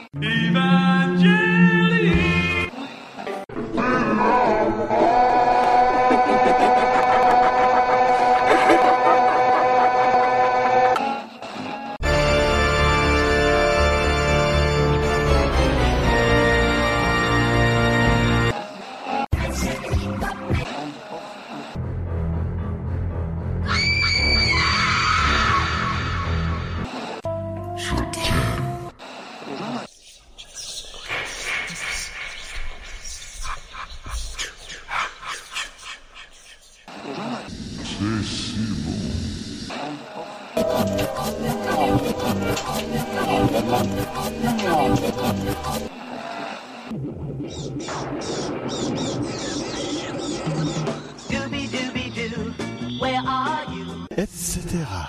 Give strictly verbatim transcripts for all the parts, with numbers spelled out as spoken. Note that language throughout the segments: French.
et cetera.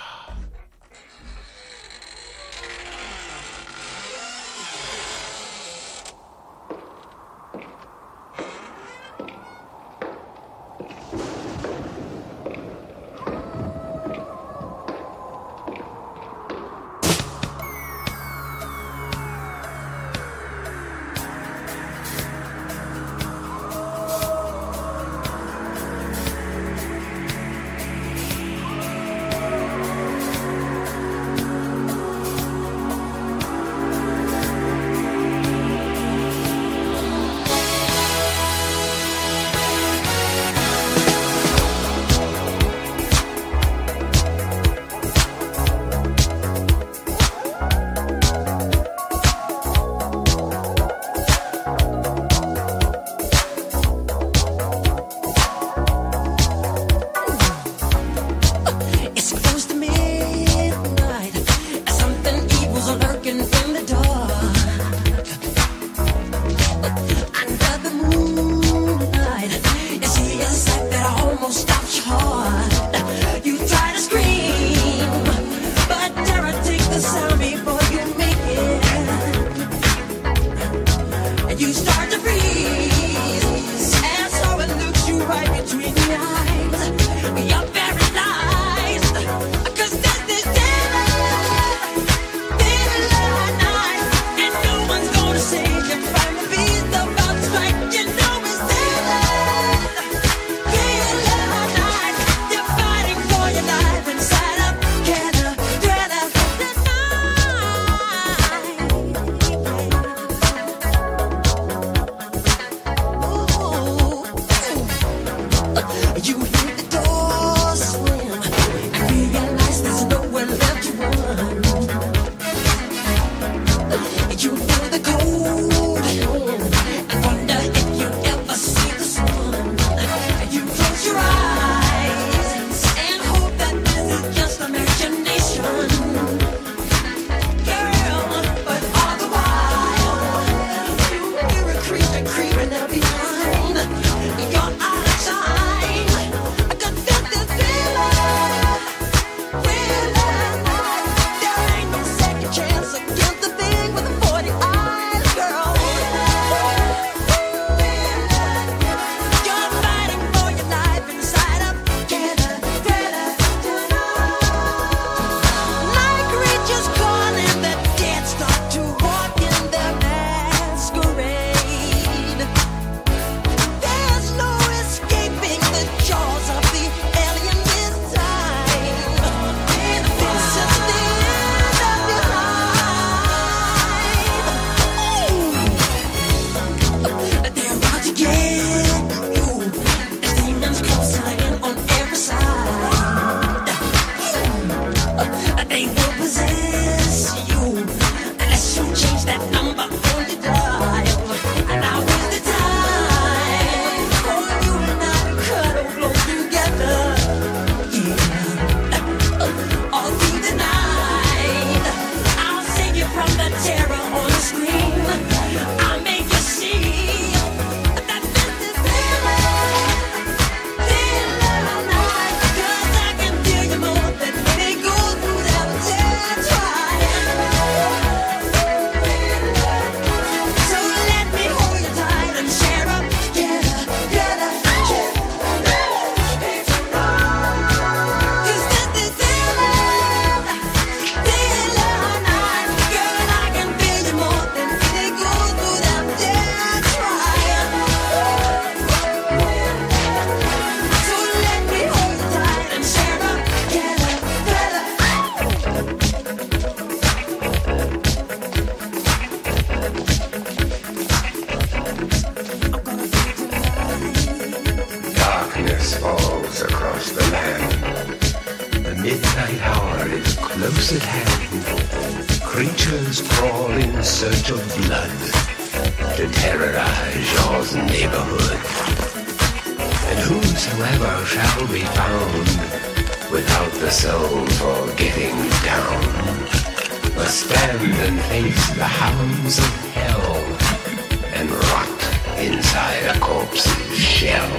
close at hand, creatures crawl in search of blood to terrorize your neighborhood. And whosoever shall be found without the soul for getting down must stand and face the hounds of hell and rot inside a corpse's shell.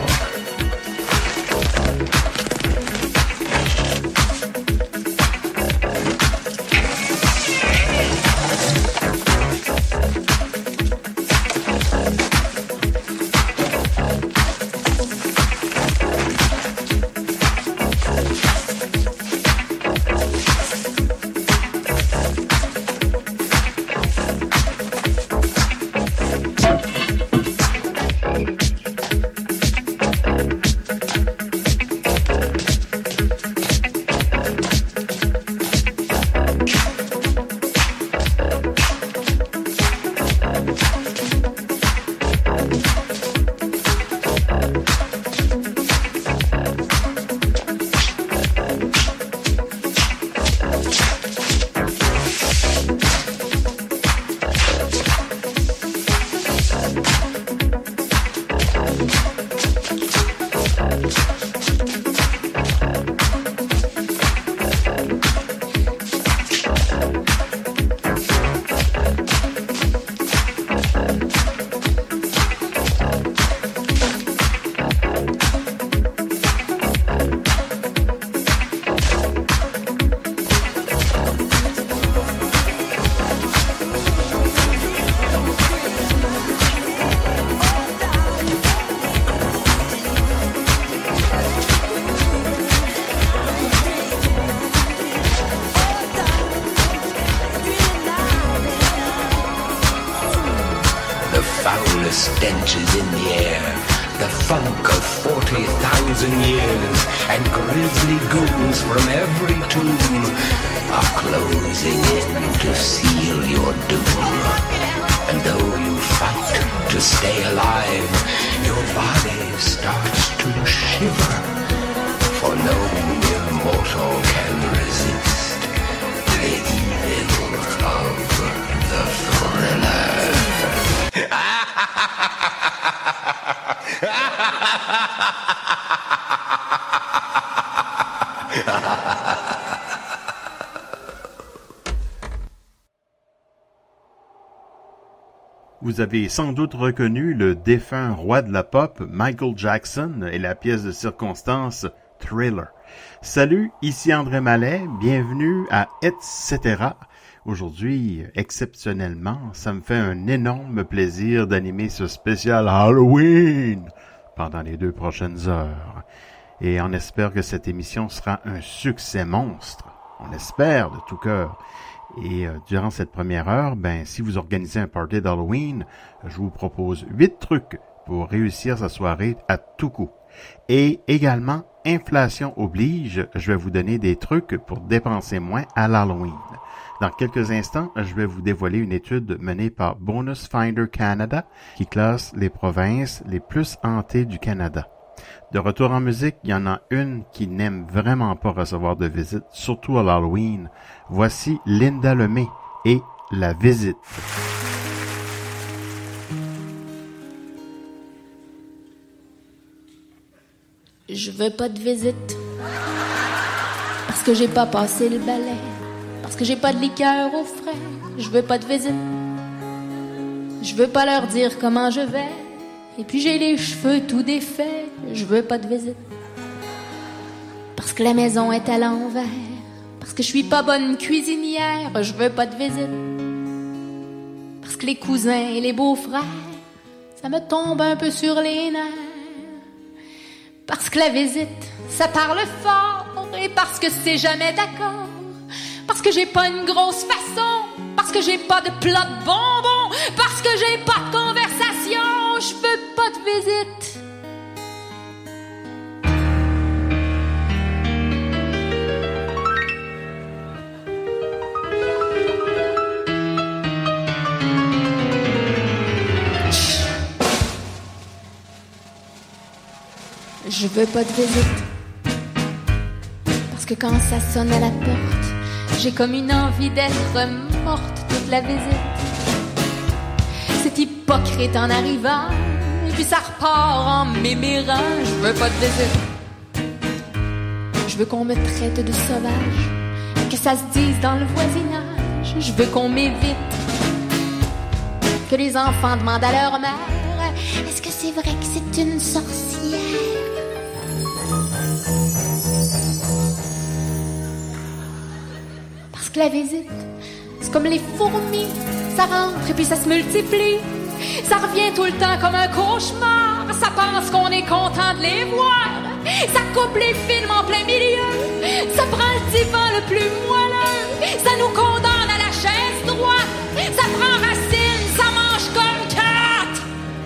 Stenches in the air, the funk of forty thousand years, and grisly goons from every tomb are closing in to seal your doom. And though you fight to stay alive, your body starts to shiver, for no mere mortal can resist the evil of the thriller. Vous avez sans doute reconnu le défunt roi de la pop, Michael Jackson, et la pièce de circonstance Thriller. Salut, ici André Mallet, bienvenue à Et cetera. Aujourd'hui, exceptionnellement, ça me fait un énorme plaisir d'animer ce spécial Halloween pendant les deux prochaines heures. Et on espère que cette émission sera un succès monstre. On espère de tout cœur. Et euh, durant cette première heure, ben si vous organisez un party d'Halloween, je vous propose huit trucs pour réussir sa soirée à tout coup. Et également, inflation oblige, je vais vous donner des trucs pour dépenser moins à l'Halloween. Dans quelques instants, je vais vous dévoiler une étude menée par Bonus Finder Canada qui classe les provinces les plus hantées du Canada. De retour en musique, il y en a une qui n'aime vraiment pas recevoir de visite, surtout à l'Halloween. Voici Linda Lemay et La Visite. Je veux pas de visite parce que j'ai pas passé le balai, parce que j'ai pas de liqueur au frais. Je veux pas de visite, je veux pas leur dire comment je vais, et puis j'ai les cheveux tout défaits. Je veux pas de visite parce que la maison est à l'envers, parce que je suis pas bonne cuisinière. Je veux pas de visite parce que les cousins et les beaux-frères, ça me tombe un peu sur les nerfs. Parce que la visite, ça parle fort, et parce que c'est jamais d'accord. Parce que j'ai pas une grosse façon, parce que j'ai pas de plat de bonbons, parce que j'ai pas de conversation. Je veux pas de visite. Je veux pas de visite parce que quand ça sonne à la porte, J'ai comme une envie d'être morte toute la visite. C'est hypocrite en arrivant, et puis ça repart en m'émirant. Je veux pas de visite. Je veux qu'on me traite de sauvage, que ça se dise dans le voisinage. Je veux qu'on m'évite, que les enfants demandent à leur mère: est-ce que c'est vrai que c'est une sorcière? Parce que la visite, c'est comme les fourmis, ça rentre et puis ça se multiplie. Ça revient tout le temps comme un cauchemar. Ça pense qu'on est content de les voir. Ça coupe les films en plein milieu. Ça prend le divan le plus moelleux. Ça nous condamne à la chaise droite. Ça prend racine, ça mange comme quatre.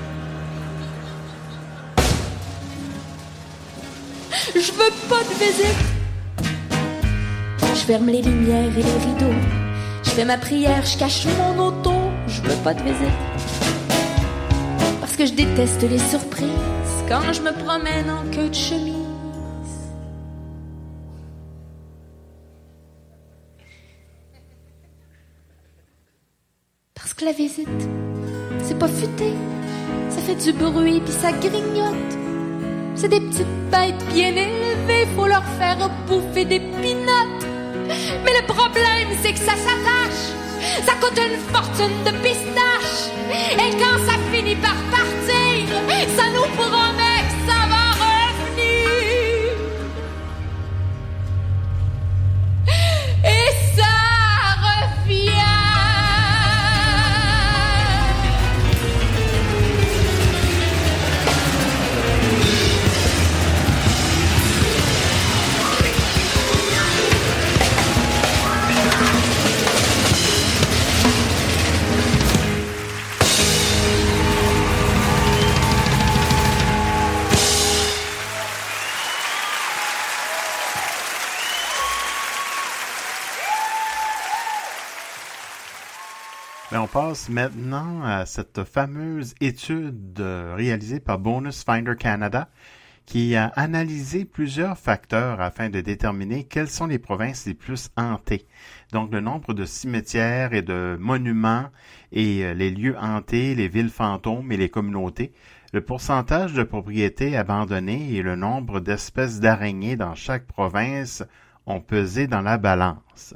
Je veux pas de visite. Je ferme les lumières et les rideaux. Je fais ma prière, je cache mon auto. Je veux pas de visite. Parce que je déteste les surprises quand je me promène en queue de chemise. Parce que la visite, c'est pas futé. Ça fait du bruit puis ça grignote. C'est des petites bêtes bien élevées, faut leur faire bouffer des pinottes. Mais le problème, c'est que ça s'attache. Ça coûte une fortune de pistache. Et quand ça finit par partir, ça nous promet que ça va revenir. Et ça revient. Ben, on passe maintenant à cette fameuse étude réalisée par Bonus Finder Canada qui a analysé plusieurs facteurs afin de déterminer quelles sont les provinces les plus hantées. Donc, le nombre de cimetières et de monuments et les lieux hantés, les villes fantômes et les communautés, le pourcentage de propriétés abandonnées et le nombre d'espèces d'araignées dans chaque province ont pesé dans la balance.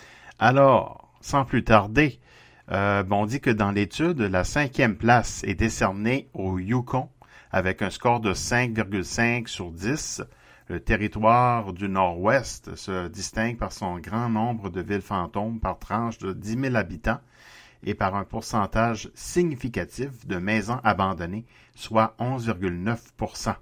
Alors, sans plus tarder, euh, bon, on dit que dans l'étude, la cinquième place est décernée au Yukon avec un score de cinq virgule cinq sur dix. Le territoire du Nord-Ouest se distingue par son grand nombre de villes fantômes par tranche de dix mille habitants et par un pourcentage significatif de maisons abandonnées, soit onze virgule neuf pour cent.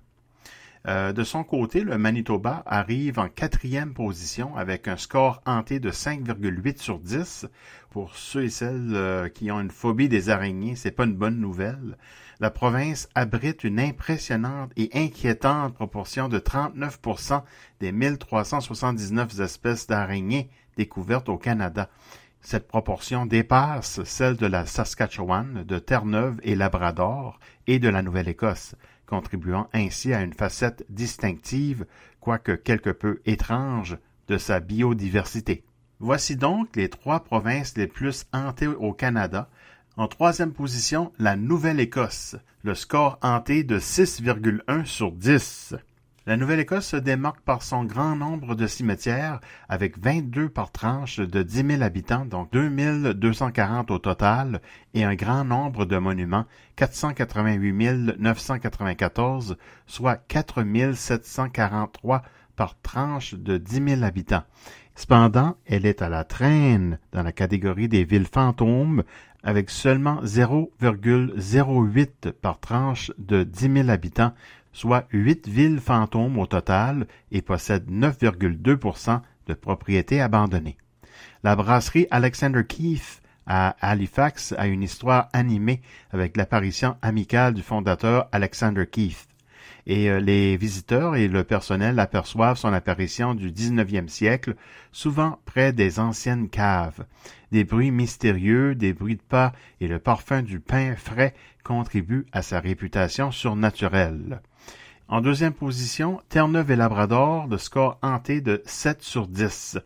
Euh, de son côté, le Manitoba arrive en quatrième position avec un score hanté de cinq virgule huit sur dix. Pour ceux et celles euh, qui ont une phobie des araignées, c'est pas une bonne nouvelle. La province abrite une impressionnante et inquiétante proportion de trente-neuf pour cent des mille trois cent soixante-dix-neuf espèces d'araignées découvertes au Canada. Cette proportion dépasse celle de la Saskatchewan, de Terre-Neuve et Labrador et de la Nouvelle-Écosse, contribuant ainsi à une facette distinctive, quoique quelque peu étrange, de sa biodiversité. Voici donc les trois provinces les plus hantées au Canada. En troisième position, la Nouvelle-Écosse, le score hanté de six virgule un sur dix. La Nouvelle-Écosse se démarque par son grand nombre de cimetières, avec vingt-deux par tranche de dix mille habitants, donc deux mille deux cent quarante au total, et un grand nombre de monuments, quatre cent quatre-vingt-huit mille neuf cent quatre-vingt-quatorze, soit quatre mille sept cent quarante-trois par tranche de dix mille habitants. Cependant, elle est à la traîne dans la catégorie des villes fantômes, avec seulement zéro virgule zéro huit par tranche de dix mille habitants, soit huit villes fantômes au total, et possède neuf virgule deux pour cent de propriétés abandonnées. La brasserie Alexander Keith à Halifax a une histoire animée avec l'apparition amicale du fondateur Alexander Keith. Et euh, les visiteurs et le personnel aperçoivent son apparition du dix-neuvième siècle, souvent près des anciennes caves. Des bruits mystérieux, des bruits de pas et le parfum du pain frais contribuent à sa réputation surnaturelle. En deuxième position, Terre-Neuve et Labrador, le score hanté de sept sur dix.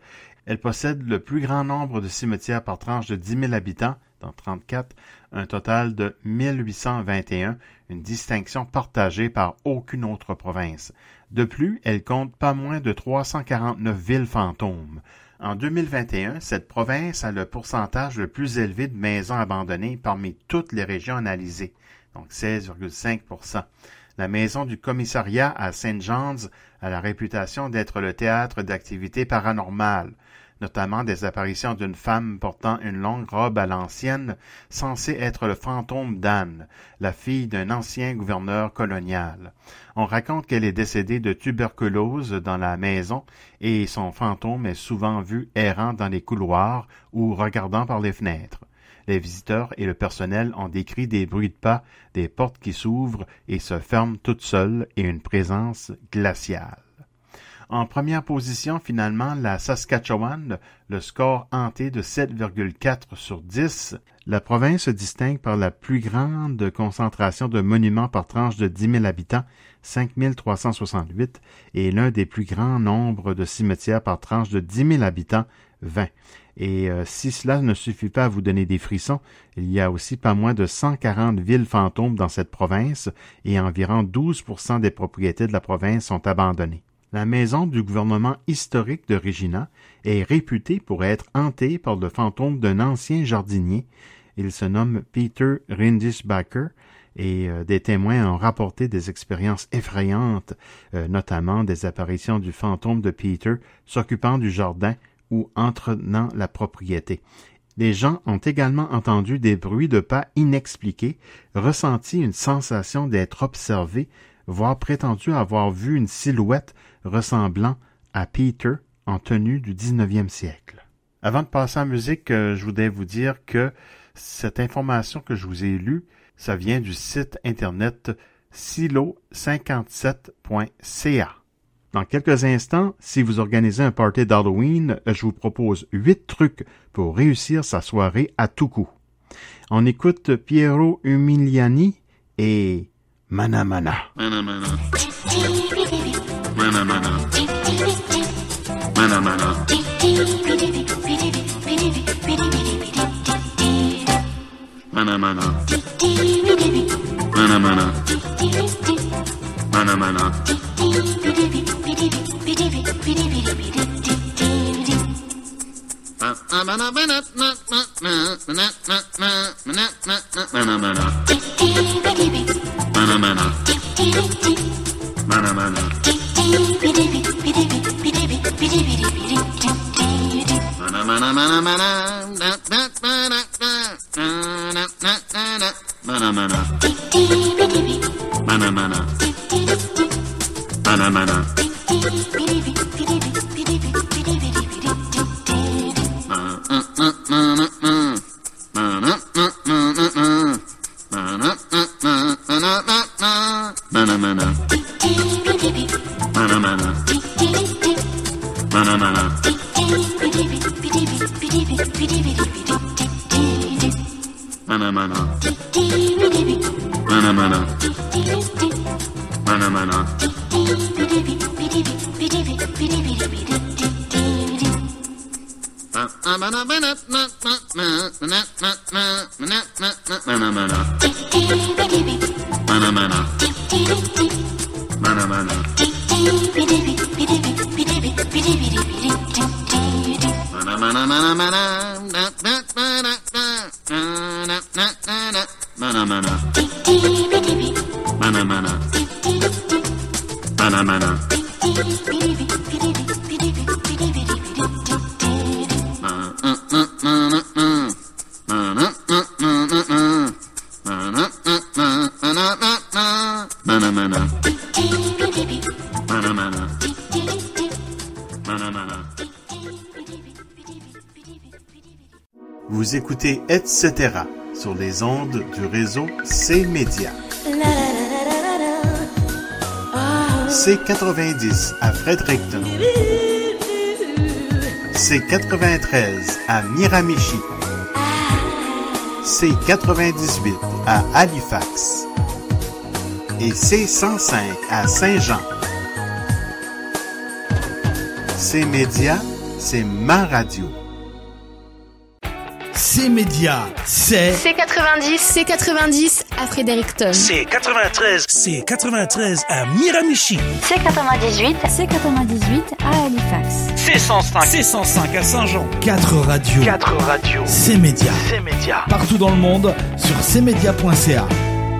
Elle possède le plus grand nombre de cimetières par tranche de dix mille habitants, dans trente-quatre, un total de mille huit cent vingt et un, une distinction partagée par aucune autre province. De plus, elle compte pas moins de trois cent quarante-neuf villes fantômes. En deux mille vingt et un, cette province a le pourcentage le plus élevé de maisons abandonnées parmi toutes les régions analysées, donc seize virgule cinq pour cent. La maison du commissariat à Saint John's a la réputation d'être le théâtre d'activités paranormales, notamment des apparitions d'une femme portant une longue robe à l'ancienne, censée être le fantôme d'Anne, la fille d'un ancien gouverneur colonial. On raconte qu'elle est décédée de tuberculose dans la maison et son fantôme est souvent vu errant dans les couloirs ou regardant par les fenêtres. Les visiteurs et le personnel ont décrit des bruits de pas, des portes qui s'ouvrent et se ferment toutes seules et une présence glaciale. En première position, finalement, la Saskatchewan, le score hanté de sept virgule quatre sur dix. La province se distingue par la plus grande concentration de monuments par tranche de dix mille habitants, cinq mille trois cent soixante-huit, et l'un des plus grands nombres de cimetières par tranche de dix mille habitants, vingt. Et euh, si cela ne suffit pas à vous donner des frissons, il y a aussi pas moins de cent quarante villes fantômes dans cette province et environ douze pour cent des propriétés de la province sont abandonnées. La maison du gouvernement historique de Regina est réputée pour être hantée par le fantôme d'un ancien jardinier. Il se nomme Peter Rindisbacher et euh, des témoins ont rapporté des expériences effrayantes, euh, notamment des apparitions du fantôme de Peter s'occupant du jardin ou entretenant la propriété. Les gens ont également entendu des bruits de pas inexpliqués, ressenti une sensation d'être observés, voire prétendu avoir vu une silhouette ressemblant à Peter en tenue du dix-neuvième siècle. Avant de passer en musique, euh, je voudrais vous dire que cette information que je vous ai lue, ça vient du site internet silo cinquante-sept point c a. Dans quelques instants, si vous organisez un party d'Halloween, je vous propose huit trucs pour réussir sa soirée à tout coup. On écoute Piero Umiliani et Mana Mana. Mana Mana. Mana Mana. Mana Mana. Mana Mana. Mana Mana. Mana Mana. Mana Mana. Vous écoutez et cetera sur les ondes du réseau C-Média. C quatre-vingt-dix à Fredericton. C quatre-vingt-treize à Miramichi. C quatre-vingt-dix-huit à Halifax. Et C cent cinq à Saint-Jean. C-Média, c'est ma radio. C-Média, c'est... C quatre-vingt-dix. C quatre-vingt-dix à Fredericton. C quatre-vingt-treize. C quatre-vingt-treize à Miramichi. C quatre-vingt-dix-huit. C quatre-vingt-dix-huit à Halifax. C cent cinq. C cent cinq à Saint-Jean. Quatre radios. Quatre radios. C-Média. C-Média. Partout dans le monde sur c média point c a.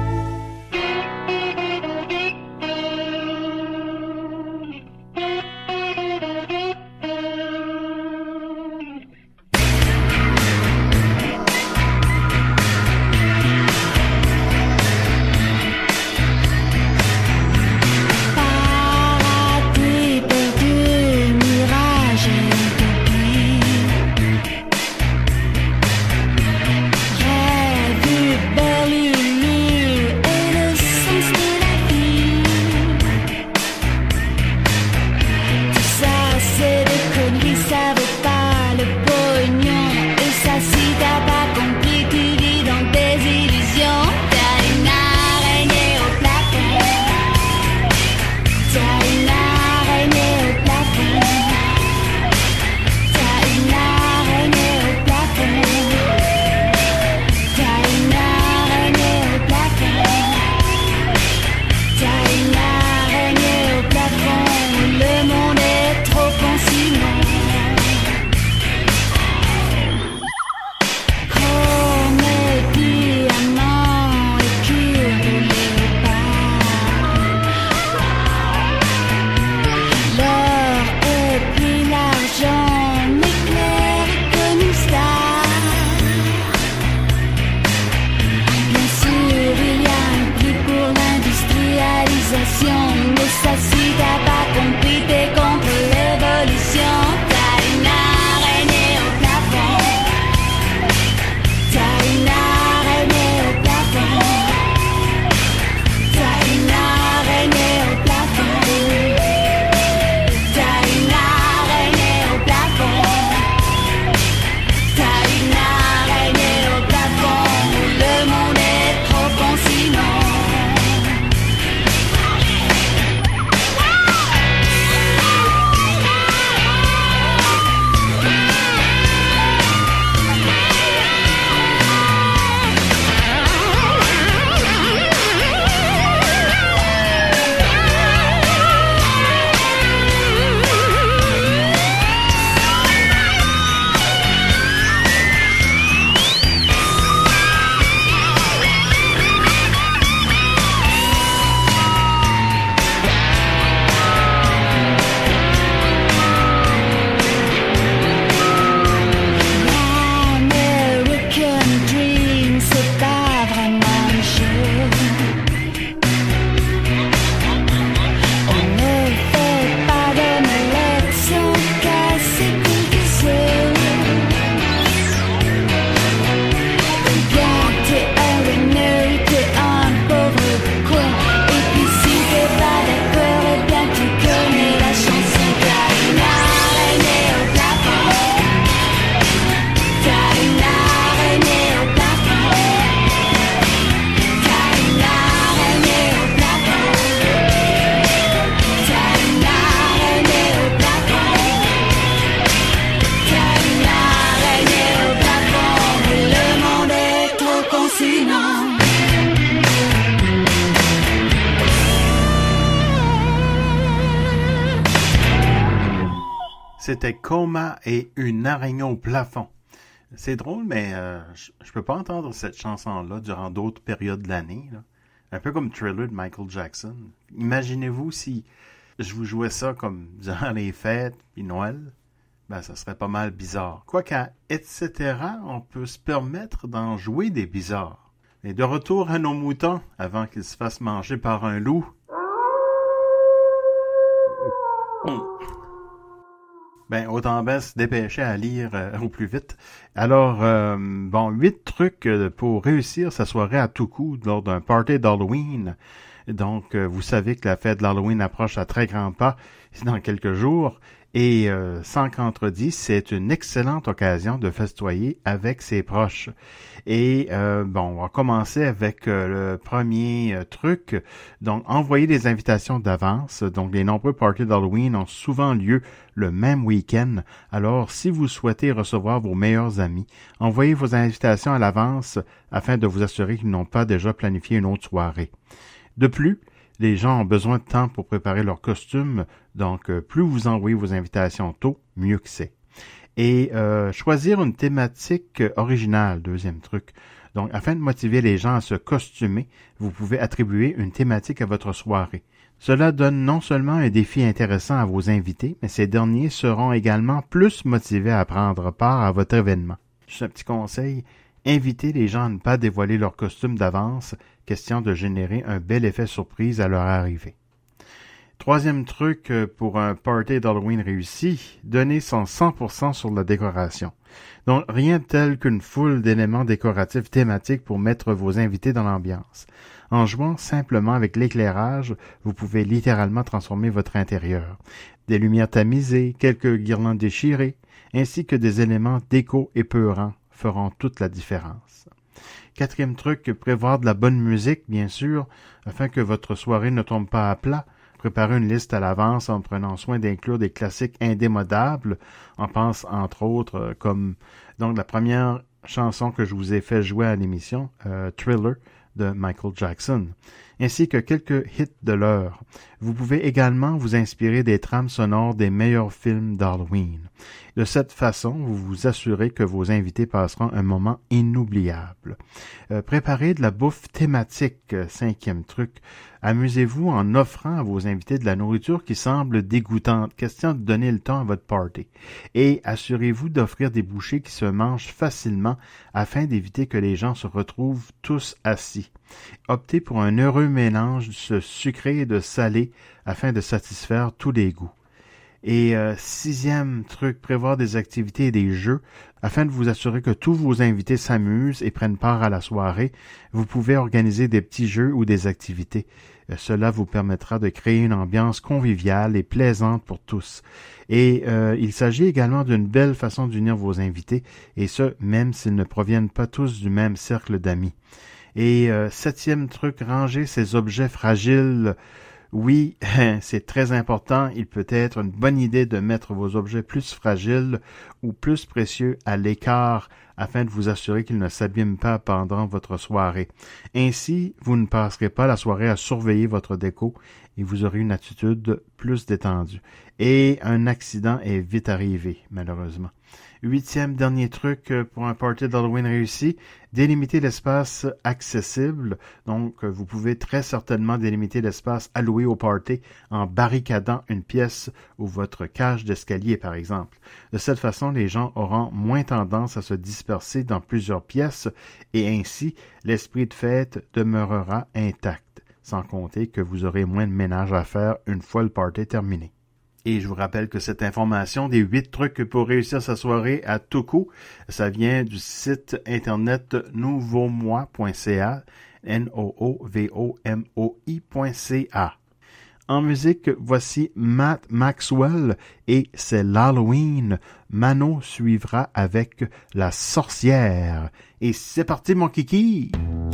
C'était Coma et une araignée au plafond. C'est drôle, mais euh, je, je peux pas entendre cette chanson-là durant d'autres périodes de l'année, là. Un peu comme Thriller de Michael Jackson. Imaginez-vous si je vous jouais ça comme durant les fêtes puis Noël. Ben, ça serait pas mal bizarre. Quoiqu'à et cetera, on peut se permettre d'en jouer des bizarres. Et de retour à nos moutons, avant qu'ils se fassent manger par un loup. Ben, autant bien se dépêcher à lire euh, au plus vite. Alors, euh, bon, huit trucs euh, pour réussir sa soirée à tout coup lors d'un party d'Halloween. Donc, euh, vous savez que la fête de l'Halloween approche à très grands pas, ici dans quelques jours. Et euh, sans contredit, c'est une excellente occasion de festoyer avec ses proches. Et euh, bon, on va commencer avec euh, le premier euh, truc. Donc, envoyer des invitations d'avance. Donc, les nombreux parties d'Halloween ont souvent lieu le même week-end. Alors, si vous souhaitez recevoir vos meilleurs amis, envoyez vos invitations à l'avance afin de vous assurer qu'ils n'ont pas déjà planifié une autre soirée. De plus, les gens ont besoin de temps pour préparer leurs costumes, donc euh, plus vous envoyez vos invitations tôt, mieux que c'est. Et euh, choisir une thématique originale, deuxième truc. Donc, afin de motiver les gens à se costumer, vous pouvez attribuer une thématique à votre soirée. Cela donne non seulement un défi intéressant à vos invités, mais ces derniers seront également plus motivés à prendre part à votre événement. Juste un petit conseil, invitez les gens à ne pas dévoiler leur costume d'avance, question de générer un bel effet surprise à leur arrivée. Troisième truc pour un party d'Halloween réussi, donner son cent pour cent sur la décoration. Donc, rien de tel qu'une foule d'éléments décoratifs thématiques pour mettre vos invités dans l'ambiance. En jouant simplement avec l'éclairage, vous pouvez littéralement transformer votre intérieur. Des lumières tamisées, quelques guirlandes déchirées, ainsi que des éléments déco épeurants feront toute la différence. Quatrième truc, prévoir de la bonne musique, bien sûr, afin que votre soirée ne tombe pas à plat. Préparez une liste à l'avance en prenant soin d'inclure des classiques indémodables. On pense entre autres comme donc la première chanson que je vous ai fait jouer à l'émission, euh, Thriller de Michael Jackson, ainsi que quelques hits de l'heure. Vous pouvez également vous inspirer des trames sonores des meilleurs films d'Halloween. De cette façon, vous vous assurez que vos invités passeront un moment inoubliable. Euh, préparez de la bouffe thématique, cinquième truc. Amusez-vous en offrant à vos invités de la nourriture qui semble dégoûtante, question de donner le temps à votre party. Et assurez-vous d'offrir des bouchées qui se mangent facilement afin d'éviter que les gens se retrouvent tous assis. Optez pour un heureux mélange de sucré et de salé afin de satisfaire tous les goûts. Et euh, sixième truc, prévoir des activités et des jeux afin de vous assurer que tous vos invités s'amusent et prennent part à la soirée. Vous pouvez organiser des petits jeux ou des activités. Euh, cela vous permettra de créer une ambiance conviviale et plaisante pour tous. Et euh, il s'agit également d'une belle façon d'unir vos invités, et ce, même s'ils ne proviennent pas tous du même cercle d'amis. Et euh, septième truc, ranger ces objets fragiles. Oui, c'est très important. Il peut être une bonne idée de mettre vos objets plus fragiles ou plus précieux à l'écart afin de vous assurer qu'ils ne s'abîment pas pendant votre soirée. Ainsi, vous ne passerez pas la soirée à surveiller votre déco et vous aurez une attitude plus détendue. Et un accident est vite arrivé, malheureusement. Huitième dernier truc pour un party d'Halloween réussi, délimiter l'espace accessible. Donc, vous pouvez très certainement délimiter l'espace alloué au party en barricadant une pièce ou votre cage d'escalier, par exemple. De cette façon, les gens auront moins tendance à se disperser dans plusieurs pièces et ainsi, l'esprit de fête demeurera intact, sans compter que vous aurez moins de ménage à faire une fois le party terminé. Et je vous rappelle que cette information des huit trucs pour réussir sa soirée à tout coup, ça vient du site internet nouveaumoi point c a, N O O V O M O I point C A. En musique, voici Matt Maxwell et c'est l'Halloween. Mano suivra avec La Sorcière. Et c'est parti mon kiki!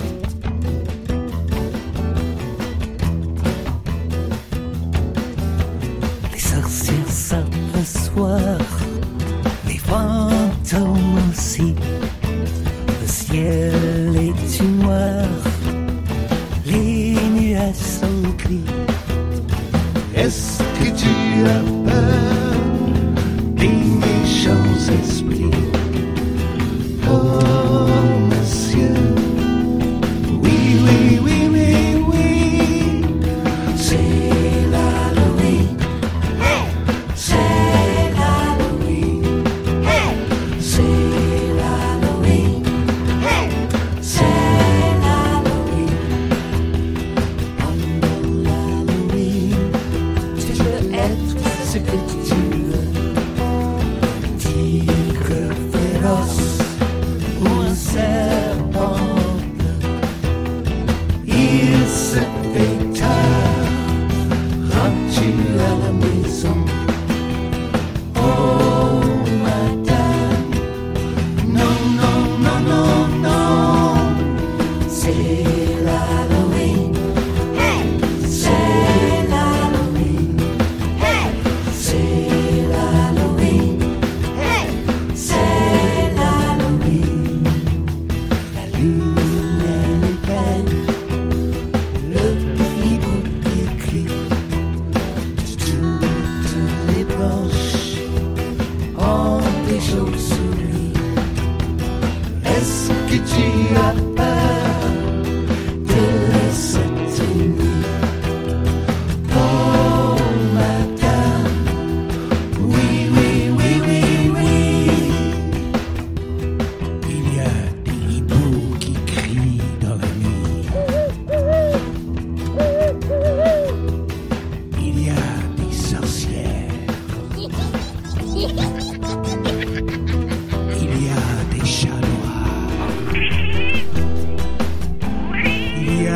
Savent le soir, les fantômes aussi. Le ciel est noir, les nuages sont gris. Est-ce que tu as peur des méchants esprits? Oh, monsieur, oui, oui, oui, oui, oui, c'est l'Halloween. C'est l'Halloween, c'est l'Halloween, c'est l'Halloween. Pendant l'Halloween, tu veux être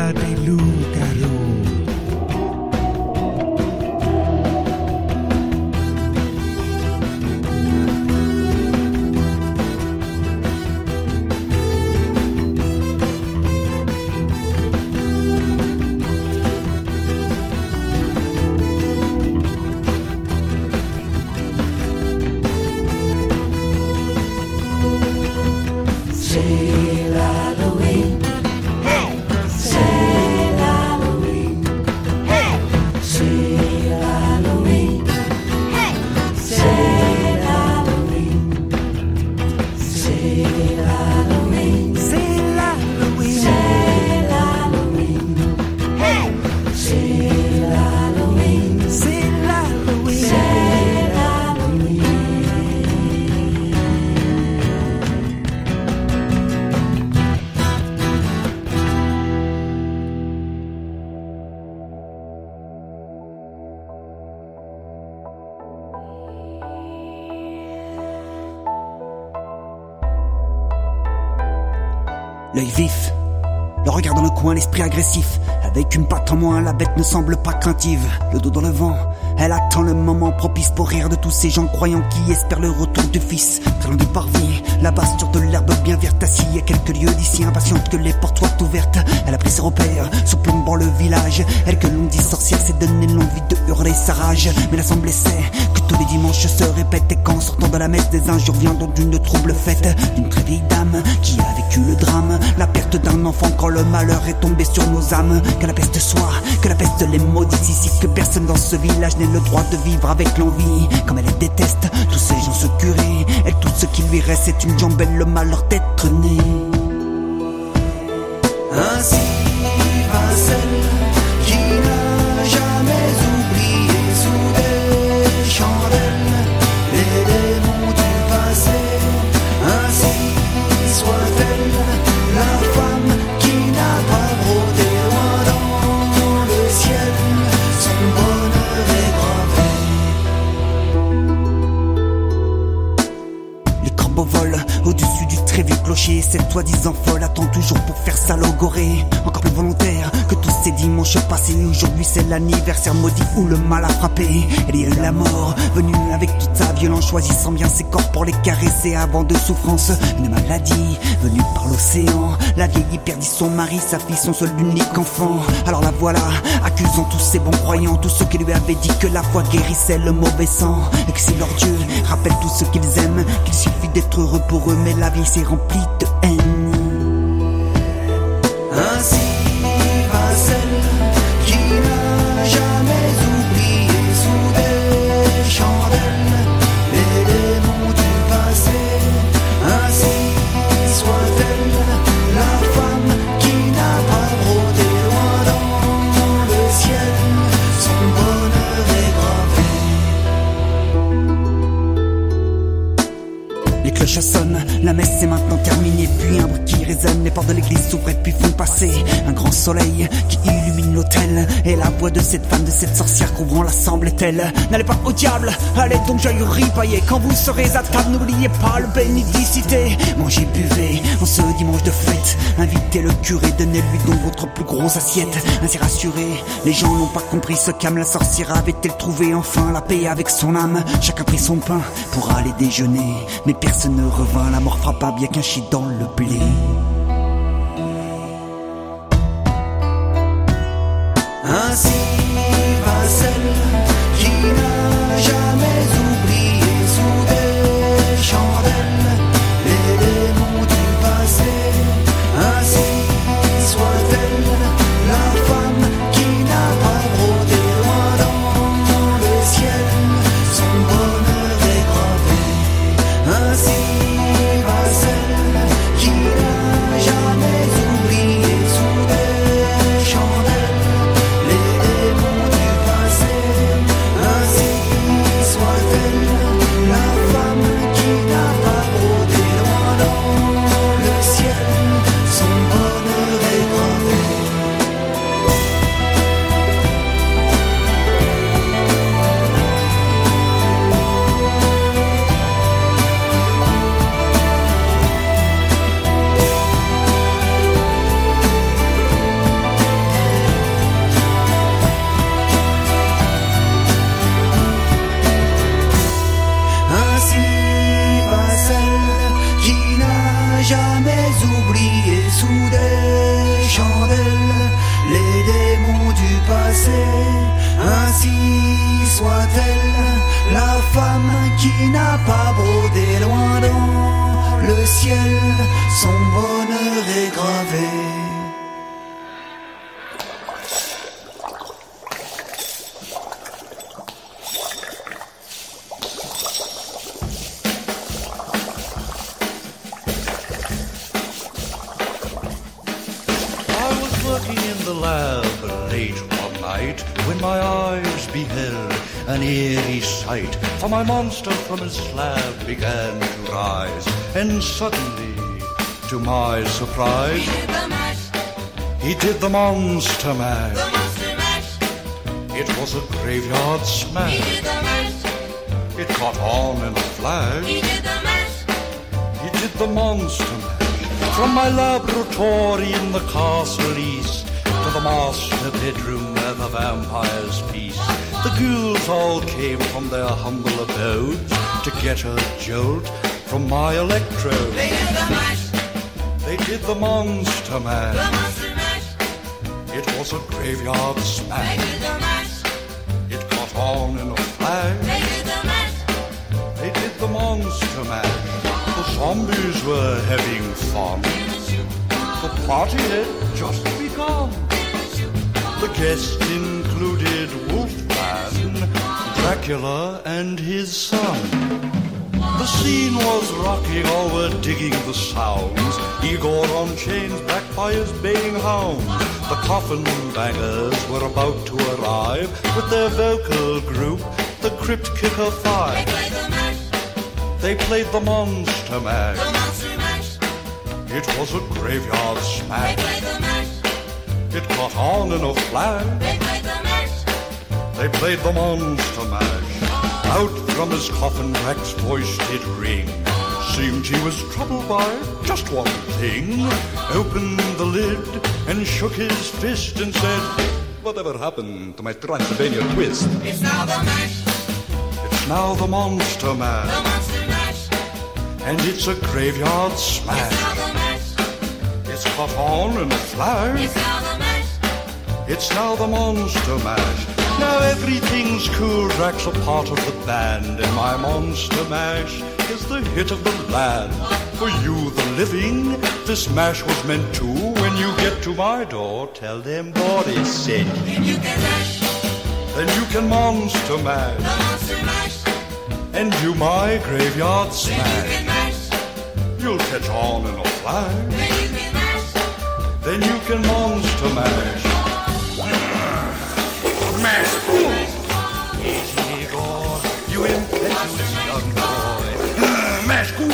terra dei loups-garous. L'œil vif, le regard dans le coin, l'esprit agressif. Avec une patte en moins, la bête ne semble pas craintive. Le dos dans le vent, elle attend le moment propice pour rire de tous ces gens croyants qui espèrent le retour du fils. Très loin du parvis, là-bas sur de l'herbe bien verte, assis à quelques lieues d'ici, impatiente que les portes soient ouvertes. Elle a pris ses repères, surplombant le village. Elle que l'on dit sorcière s'est donné l'envie de hurler sa rage. Mais l'assemblée sait que tous les dimanches se répètent, et qu'en sortant de la messe, des injures viendront d'une trouble fête. D'une très vieille dame qui a vécu le drame, la perte d'un enfant quand le malheur est tombé sur nos âmes. Que la peste soit, que la peste les maudisse ici, que personne dans ce village n'ait le droit de vivre avec l'envie. Comme elle les déteste, tous ces gens se curés, elle tout ce qui lui reste c'est une jambelle, le malheur d'être né. Ainsi va celle qui n'a jamais oublié sous des chandelles les démons du passé. Ainsi soit-elle la femme qui n'a pas brodé loin dans le ciel, son bonheur est gravé. Les corbeaux volent au-dessus du très vieux clocher, cette soi-disant folle attend toujours pour faire sa logorée. Encore plus volontaire que tous ces dimanches passés, aujourd'hui c'est l'anniversaire maudit où le mal a frappé. Elle y a eu la mort, venue avec toute sa violence, choisissant bien ses corps pour les caresser avant de souffrance. Une maladie venue par l'océan, la vieille perdit son mari, sa fille, son seul unique enfant. Alors la voilà, accusant tous ces bons croyants, tous ceux qui lui avaient dit que la foi guérissait le mauvais sang, et que si leur Dieu rappelle tout ce qu'ils aiment, qu'il suffit d'être heureux pour eux, mais la vie s'est remplie de haine. Ainsi va celle qui n'a jamais oublié sous des chandelles les démons du passé. Ainsi soit-elle la femme qui n'a pas brodé loin dans le ciel, son bonheur est gravé. Les cloches sonnent, la messe est maintenant terminée, puis un bruit qui résonne, les portes de l'église s'ouvrent et puis font passer un grand soleil qui illumine l'autel, et la voix de cette femme, de cette sorcière couvrant l'assemblée est-elle: n'allez pas au diable, allez donc j'aille ripailler, quand vous serez à table n'oubliez pas le bénédicité. Mangez, buvez en ce dimanche de fête, invitez le curé, donnez-lui donc votre plus grosse assiette. Ainsi rassuré, les gens n'ont pas compris ce qu'âme la sorcière avait-elle trouvé enfin la paix avec son âme. Chacun prit son pain pour aller déjeuner, mais personne ne revint, la mort frappa bien qu'un chien dans le blé. Ainsi va celle qui n'a jamais oublié sous des chandelles les démons du passé. Ainsi soit-elle la femme qui n'a pas brodé loin dans le ciel, son bonheur est gravé. Ainsi va celle qui n'a passé, ainsi soit-elle, la femme qui n'a pas brodé loin dans le ciel, son bonheur est gravé. When my eyes beheld an eerie sight, for my monster from his slab began to rise, and suddenly, to my surprise, he did the mash. He did the monster mash. The monster mash. It was a graveyard smash. He did the mash. It caught on in a flash. He did the mash. He did the monster mash. From my laboratory in the castle east to the master bedroom where the vampires feast, the ghouls all came from their humble abodes to get a jolt from my electrode. They did the mash. They did the monster mash. The monster mash. It was a graveyard smash. They did the mash. It caught on in a flash. They did the mash. They did the monster mash. The zombies were having fun. The party had just begun. The guests included Wolfman, Dracula, and his son. The scene was rocking, all were digging the sounds. Igor on chains, backed by his baying hounds. The coffin bangers were about to arrive with their vocal group, the Crypt Kicker Five. They played the mash. They played the monster mash. The monster mash. It was a graveyard smash. They played the mash. It caught on in a flash. They played the mash. They played the monster mash. Out from his coffin, Drac's voice did ring. Seemed he was troubled by just one thing. Opened the lid and shook his fist and said, "Whatever happened to my Transylvania twist? It's now the mash. It's now the monster mash. The monster mash. And it's a graveyard smash. It's now the mash. It's caught on in a flash. It's now the mash. It's now the monster mash. Now everything's cool, Drac's a part of the band, and my monster mash is the hit of the land. For you, the living, this mash was meant to. When you get to my door, tell them Boris said. Then you can mash. Then you can monster mash. The monster mash. And do my graveyard smash. Then you can mash. You'll catch on in a flash. Then you can mash. Then you can monster mash. Mash. Igor, you impetuous young boy. Mash good.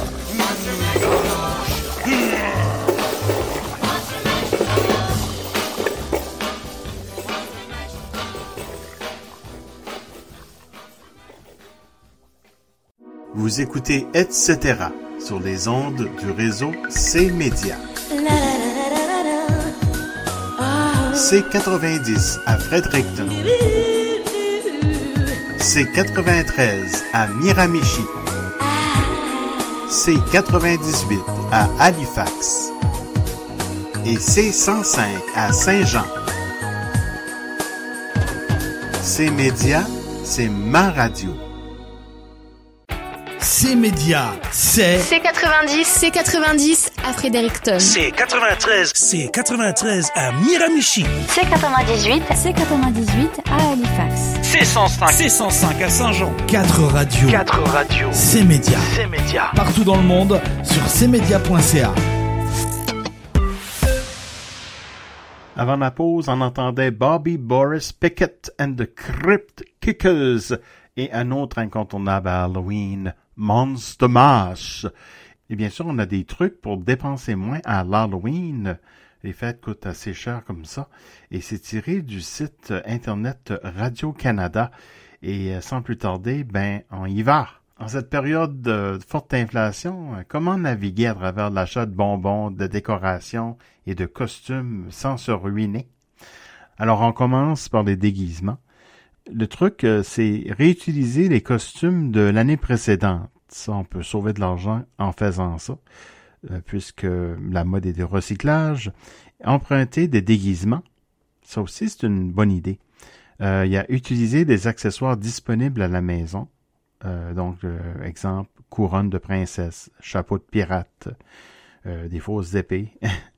Vous écoutez et cetera sur les ondes du réseau C-Média. C quatre-vingt-dix à Fredericton. C quatre-vingt-treize à Miramichi. C quatre-vingt-dix-huit à Halifax. Et C cent cinq à Saint-Jean. C-Média, c'est ma radio. C-Média, c'est... C quatre-vingt-dix, C quatre-vingt-dix à Fredericton. C quatre-vingt-treize, C quatre-vingt-treize à Miramichi. C quatre-vingt-dix-huit, C quatre-vingt-dix-huit à Halifax. C cent cinq, C cent cinq à Saint-Jean. Quatre radios. Quatre radios. C-Média. C-Média. Partout dans le monde sur c média point c a. Avant la pause, on entendait Bobby Boris Pickett and the Crypt Kickers et un autre incontournable à Halloween, Monster Mash. Et bien sûr, on a des trucs pour dépenser moins à l'Halloween. Les fêtes coûtent assez cher comme ça. Et c'est tiré du site internet Radio-Canada. Et sans plus tarder, ben, on y va. En cette période de forte inflation, comment naviguer à travers l'achat de bonbons, de décorations et de costumes sans se ruiner? Alors, on commence par les déguisements. Le truc, c'est réutiliser les costumes de l'année précédente. Ça, on peut sauver de l'argent en faisant ça, puisque la mode est de recyclage. Emprunter des déguisements Ça aussi, c'est une bonne idée. Euh, il y a utiliser des accessoires disponibles à la maison. Euh, donc, euh, exemple, couronne de princesse, chapeau de pirate, euh, des fausses épées.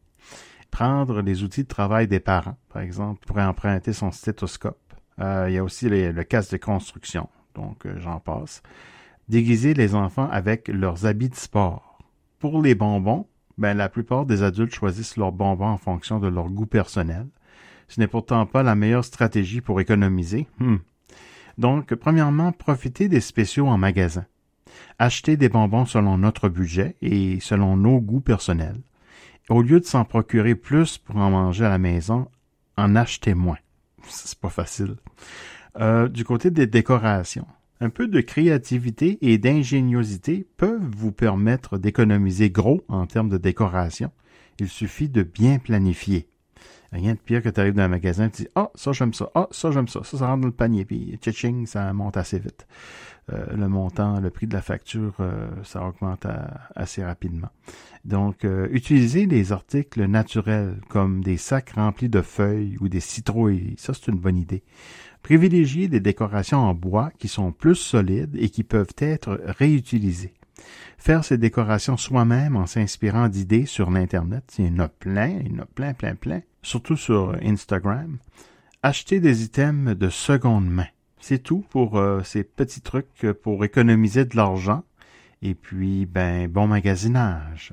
Prendre les outils de travail des parents, par exemple, pour emprunter son stéthoscope. Euh, il y a aussi les, le casque de construction, donc euh, j'en passe. Déguiser les enfants avec leurs habits de sport. Pour les bonbons, ben, la plupart des adultes choisissent leurs bonbons en fonction de leur goût personnel. Ce n'est pourtant pas la meilleure stratégie pour économiser. Hmm. Donc, premièrement, profitez des spéciaux en magasin. Achetez des bonbons selon notre budget et selon nos goûts personnels. Au lieu de s'en procurer plus pour en manger à la maison, en achetez moins. C'est pas facile. Euh, du côté des décorations, un peu de créativité et d'ingéniosité peuvent vous permettre d'économiser gros en termes de décoration. Il suffit de bien planifier. Rien de pire que tu arrives dans un magasin et tu dis « Ah, ça j'aime ça, ah, ça j'aime ça, ça, ça rentre dans le panier. » Puis tching, ça monte assez vite. Euh, le montant, le prix de la facture, euh, ça augmente à, assez rapidement. Donc, euh, utilisez des articles naturels comme des sacs remplis de feuilles ou des citrouilles. Ça, c'est une bonne idée. Privilégiez des décorations en bois qui sont plus solides et qui peuvent être réutilisées. Faire ces décorations soi-même en s'inspirant d'idées sur l'Internet, il y en a plein, il y en a plein, plein, plein, surtout sur Instagram. Achetez des items de seconde main. C'est tout pour euh, ces petits trucs pour économiser de l'argent. Et puis, ben, bon magasinage.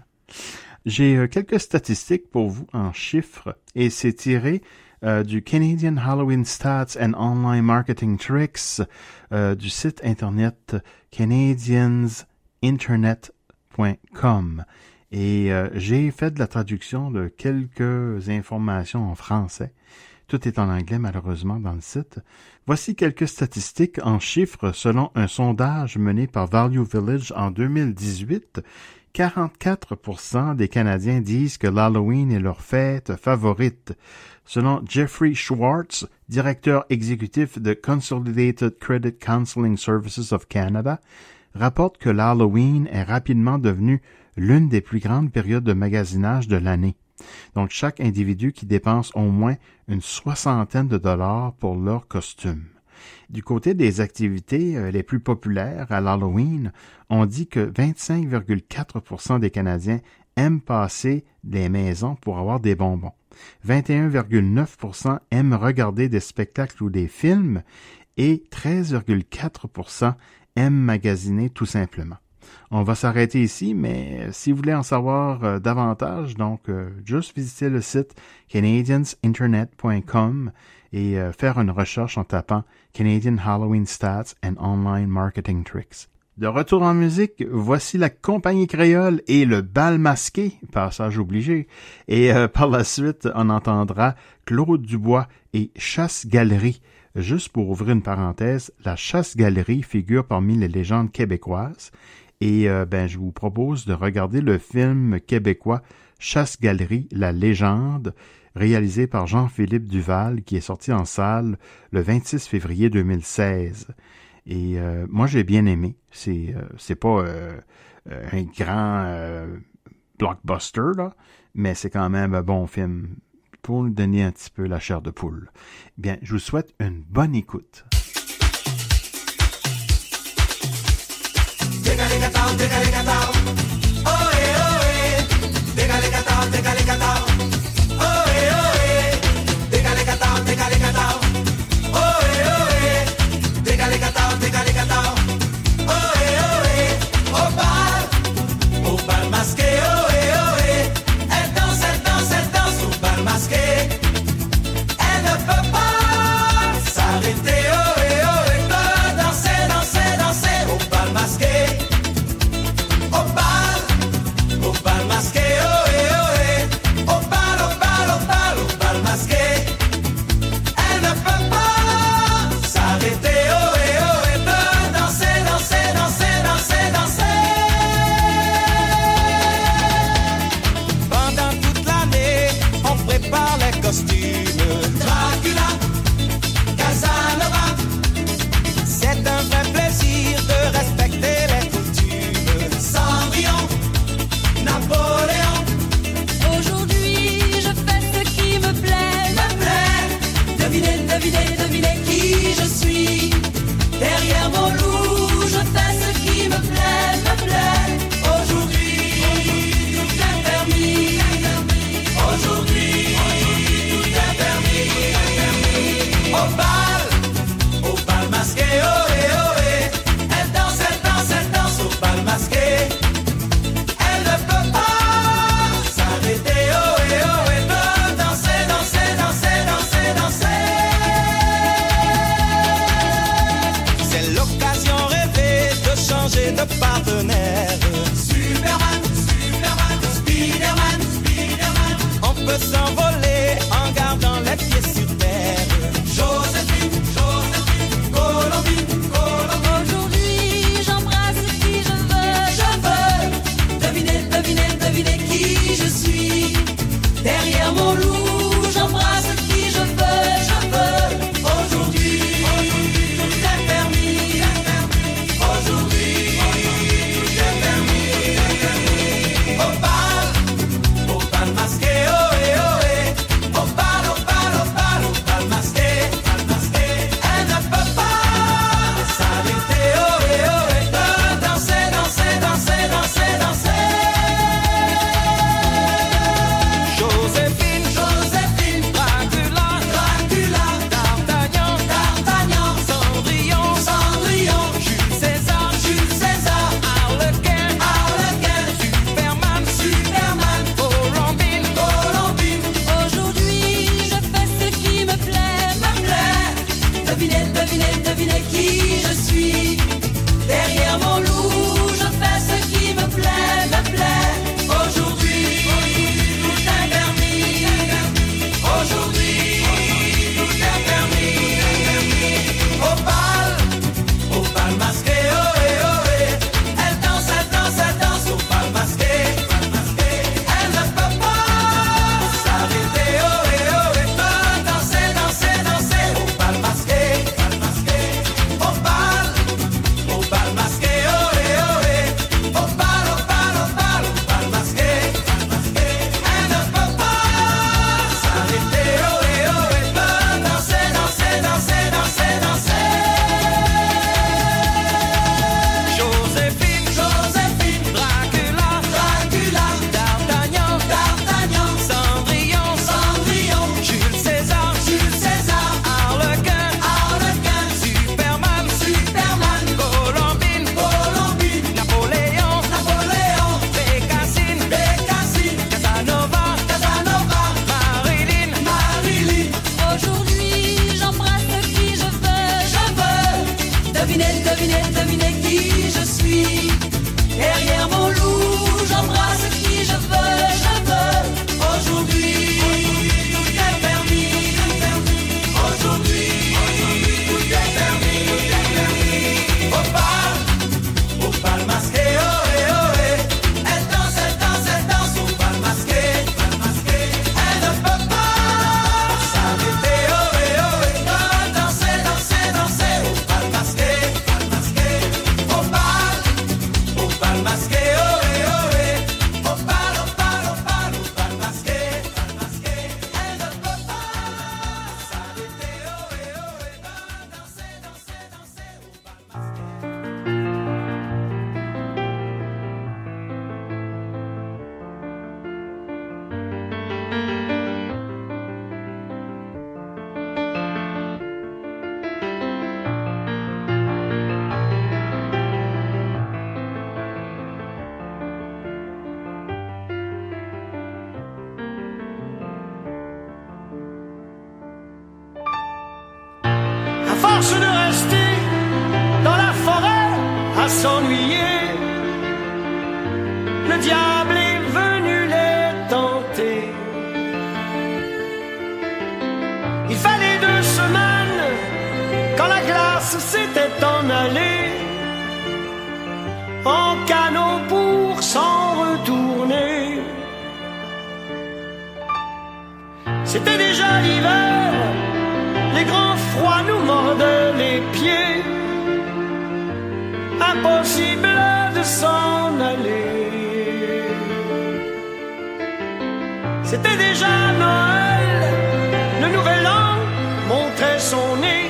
J'ai euh, quelques statistiques pour vous en chiffres et c'est tiré euh, du Canadian Halloween Stats and Online Marketing Tricks euh, du site internet canadians internet point com. Et euh, j'ai fait de la traduction de quelques informations en français. Tout est en anglais, malheureusement, dans le site. Voici quelques statistiques en chiffres selon un sondage mené par Value Village en deux mille dix-huit. quarante-quatre pour cent des Canadiens disent que l'Halloween est leur fête favorite. Selon Jeffrey Schwartz, directeur exécutif de Consolidated Credit Counseling Services of Canada, rapporte que l'Halloween est rapidement devenu l'une des plus grandes périodes de magasinage de l'année. Donc, chaque individu qui dépense au moins une soixantaine de dollars pour leur costume. Du côté des activités euh, les plus populaires à l'Halloween, on dit que vingt-cinq virgule quatre pour cent des Canadiens aiment passer des maisons pour avoir des bonbons. vingt et un virgule neuf pour cent aiment regarder des spectacles ou des films et treize virgule quatre pour cent aiment magasiner tout simplement. On va s'arrêter ici, mais si vous voulez en savoir euh, davantage, donc euh, juste visiter le site canadians internet point com et euh, faire une recherche en tapant Canadian Halloween Stats and Online Marketing Tricks. De retour en musique, voici la Compagnie Créole et le Bal Masqué, passage obligé. Et euh, par la suite, on entendra Claude Dubois et Chasse-Galerie. Juste pour ouvrir une parenthèse, la Chasse-Galerie figure parmi les légendes québécoises. Et euh, ben, je vous propose de regarder le film québécois Chasse-Galerie, la légende, réalisé par Jean-Philippe Duval, qui est sorti en salle le vingt-six février deux mille seize. Et euh, moi, j'ai bien aimé. C'est euh, c'est pas euh, un grand euh, blockbuster, là, mais c'est quand même un bon film pour nous donner un petit peu la chair de poule. Bien, je vous souhaite une bonne écoute. Decalicatao, decalicatao, oe, oe, decalicatao, decalicatao, oe, oe, decalicatao, decalicatao, oe, oe, decalicatao, decalicatao, oe, oe, au bal, au bal masqué, oe, oe, elle danse, elle danse, elle danse au bal masqué, elle ne peut pas s'arrêter, oe, oe, peut danser, danser, danser au bal masqué. Dracula, Casanova, c'est un vrai plaisir de respecter les coutumes. Cendrillon, Napoléon. Aujourd'hui, je fais ce qui me plaît, me plaît. peut s'envoler en gardant les pieds sur terre. Joséphine, Joséphine, Colombine, Colombine. Aujourd'hui, j'embrasse qui je veux. Je veux deviner, deviner, deviner qui je suis. Derrière mon loup, j'embrasse qui je veux. Je veux aujourd'hui, aujourd'hui, tout est permis. Aujourd'hui, tout est permis. Au bal, au bal masqué, oh eh oh eh. Au bal, au bal, au bal, au bal masqué, bal masqué. Elle ne peut pas s'arrêter, oh eh oh eh. De danser, danser, danser, danser, danser. Joséphine, Joséphine, Dracula, Dracula, D'Artagnan, D'Artagnan, Cendrillon, Cendrillon, Jules César, Jules César, Harlequin, Harlequin, Superman, Superman, Colombine, Colombine. Aujourd'hui, je fais ce qui me plaît, Me plaît, devinez, devinez, devinez qui je suis. Derrière mon loup, je fais ce qui me plaît, me plaît. Aujourd'hui, tout est permis. Aujourd'hui, tout est permis. Au bal, au bal masqué, oh eh oh eh. Elle danse, elle danse, elle danse au bal masqué, bal masqué. Elle ne peut pas s'arrêter, oh eh oh eh. De danser, danser, danser au bal masqué, bal masqué. Au bal, au bal masqué, oh eh oh eh. Au bal, au bal, au bal, au bal masqué, bal masqué. Elle ne peut pas s'arrêter, oh eh oh eh. De danser, danser, danser, danser, danser. Joséphine, Joséphine, Dracula, Dracula, D'Artagnan, D'Artagnan, Cendrillon, Cendrillon, Jules César, Jules César, Harlequin, Harlequin, Superman, Superman, Colombine, Colombine, Napoléon, Napoléon, Bécassine, Bécassine, Casanova, Casanova, Marilyn, Marilyn. aujourd'hui, j'embrasse qui je veux. Je veux deviner, deviner, deviner qui je suis. Derrière mon loup, j'embrasse qui je veux. Je veux aujourd'hui, tout est permis. Aujourd'hui, tout est permis. Au bal, au bal masqué, oh eh oh eh. Elle danse, elle danse, elle danse au bal masqué, bal masqué. Elle ne peut pas s'arrêter, oh eh oh eh. De danser, danser, danser au bal masqué, bal masqué. Au bal, au bal masqué, oh eh oh eh. Au bal, au bal, au bal, au bal masqué, bal masqué. Elle ne peut pas s'arrêter, oh eh oh eh. De danser, danser, danser au bal masqué. À force de rester dans la forêt à s'ennuyer, le diable est venu les tenter. Il fallait deux semaines quand la glace s'était en allée, en canot pour s'en retourner. C'était déjà l'hiver, les grands froids nous mordaient les pieds. Impossible de s'en aller. C'était déjà Noël, le nouvel an montrait son nez.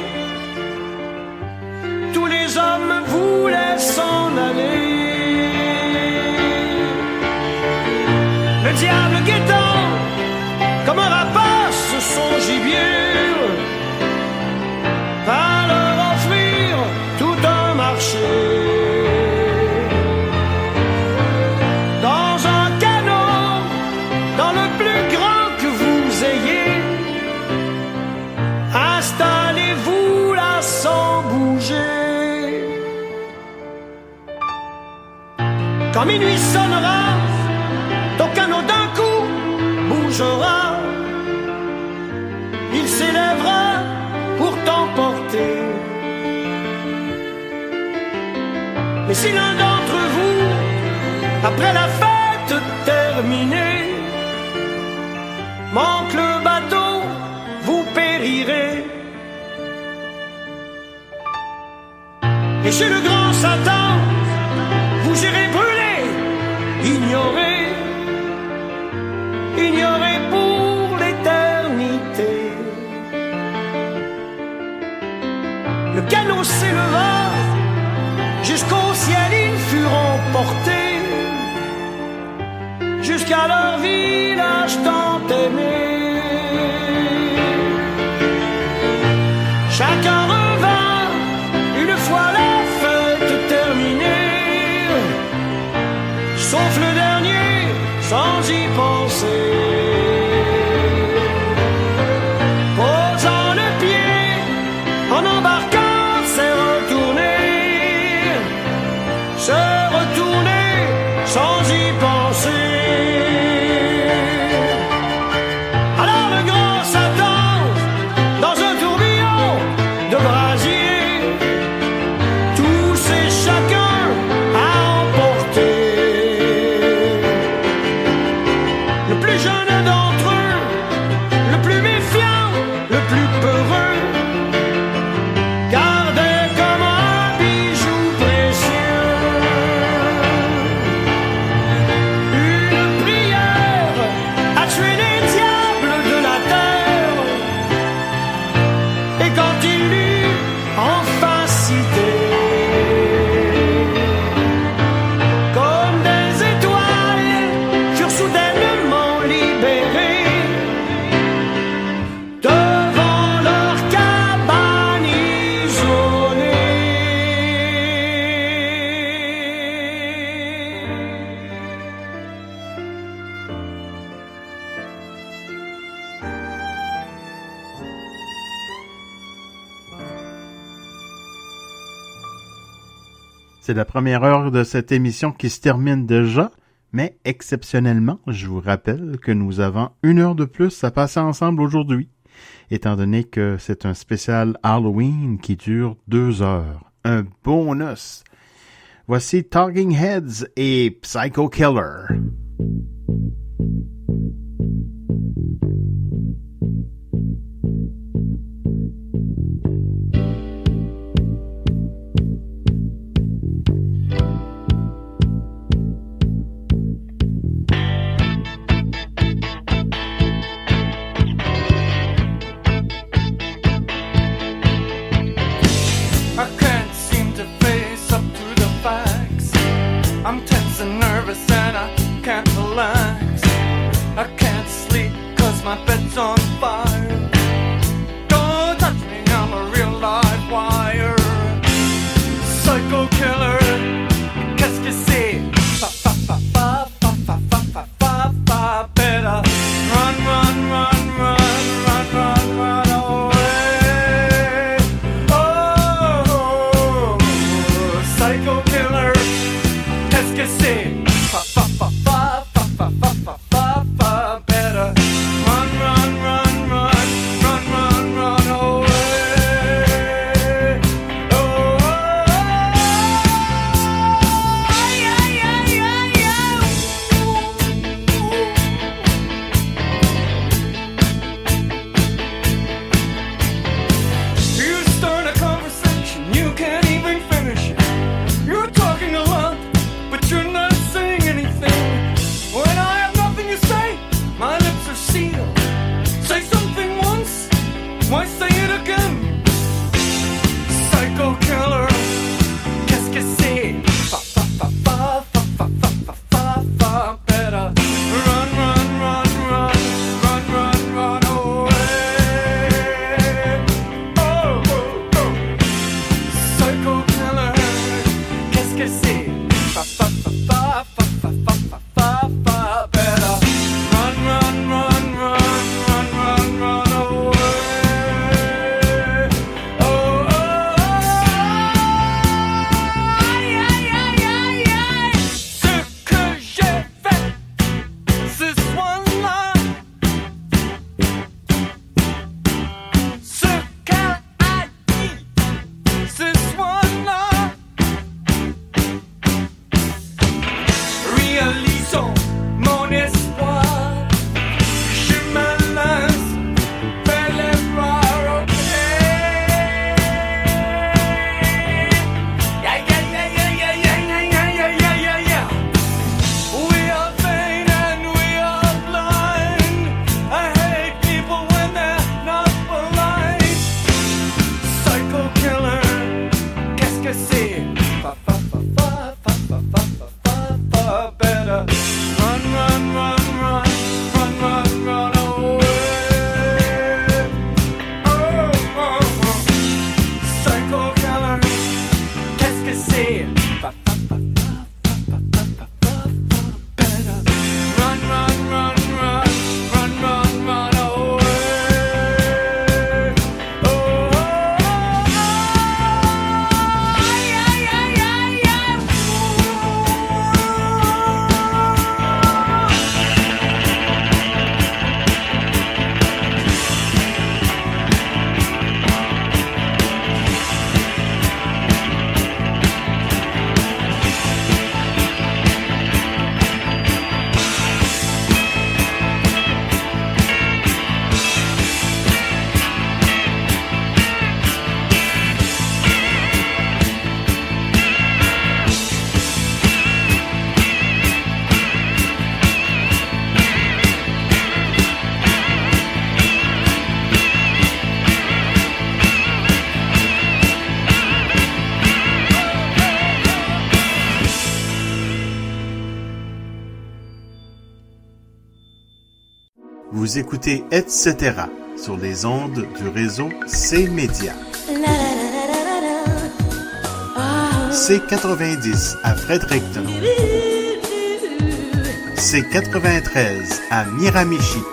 Tous les hommes voulaient s'en aller. Le diable guettant comme un rapace son gibier, va leur offrir tout un marché. Dans un canot, dans le plus grand que vous ayez, installez-vous là sans bouger. Quand minuit sonnera, ton canot d'un coup bougera. il s'élèvera pour t'emporter. Mais si l'un d'entre vous, après la fête terminée, manque le bateau, vous périrez. Et chez le grand Satan, vous irez brûler, ignorer, ignorer pour l'éternité. Le canot s'éleva, jusqu'au ciel ils furent emportés, jusqu'à leur village tant aimé. Chacun revint une fois la fête terminée, sauf le dernier sans y penser. Posant le pied en embarquant, s'est retourné, se retourner sans y penser. Alors le grand Satan, dans un tourbillon de brasier, tous et chacun a emporté. Le plus jeune d'entre eux, le plus méfiant, le plus peureux, gardait comme un bijou précieux une prière à tuer les diables de la terre. Et quand il l'eut enfin cité, comme des étoiles furent soudainement libérées devant leur cabane isolée. C'est la première heure de cette émission qui se termine déjà, mais exceptionnellement, je vous rappelle que nous avons une heure de plus à passer ensemble aujourd'hui, étant donné que c'est un spécial Halloween qui dure deux heures. Un bonus! Voici Talking Heads et Psycho Killer. I can't seem to face up to the facts. I'm tense and nervous and I can't Vous écoutez et cetera sur les ondes du réseau C-Média. C quatre-vingt-dix à Fredericton. C quatre-vingt-treize à Miramichi.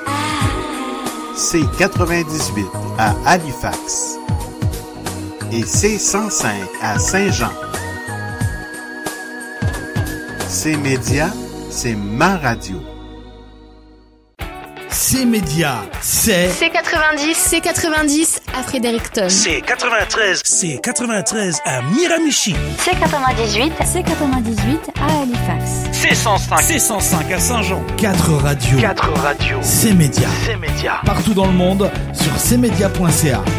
C quatre-vingt-dix-huit à Halifax. Et C cent cinq à Saint-Jean. C-Média, c'est ma radio. C-Média, c'est... C quatre-vingt-dix, C quatre-vingt-dix à Fredericton. C quatre-vingt-treize, C quatre-vingt-treize à Miramichi. C quatre-vingt-dix-huit, C quatre-vingt-dix-huit à Halifax. C cent cinq, C cent cinq à Saint-Jean. Quatre radios. Quatre radios. C-Média. C-Média. Partout dans le monde sur c média point c a.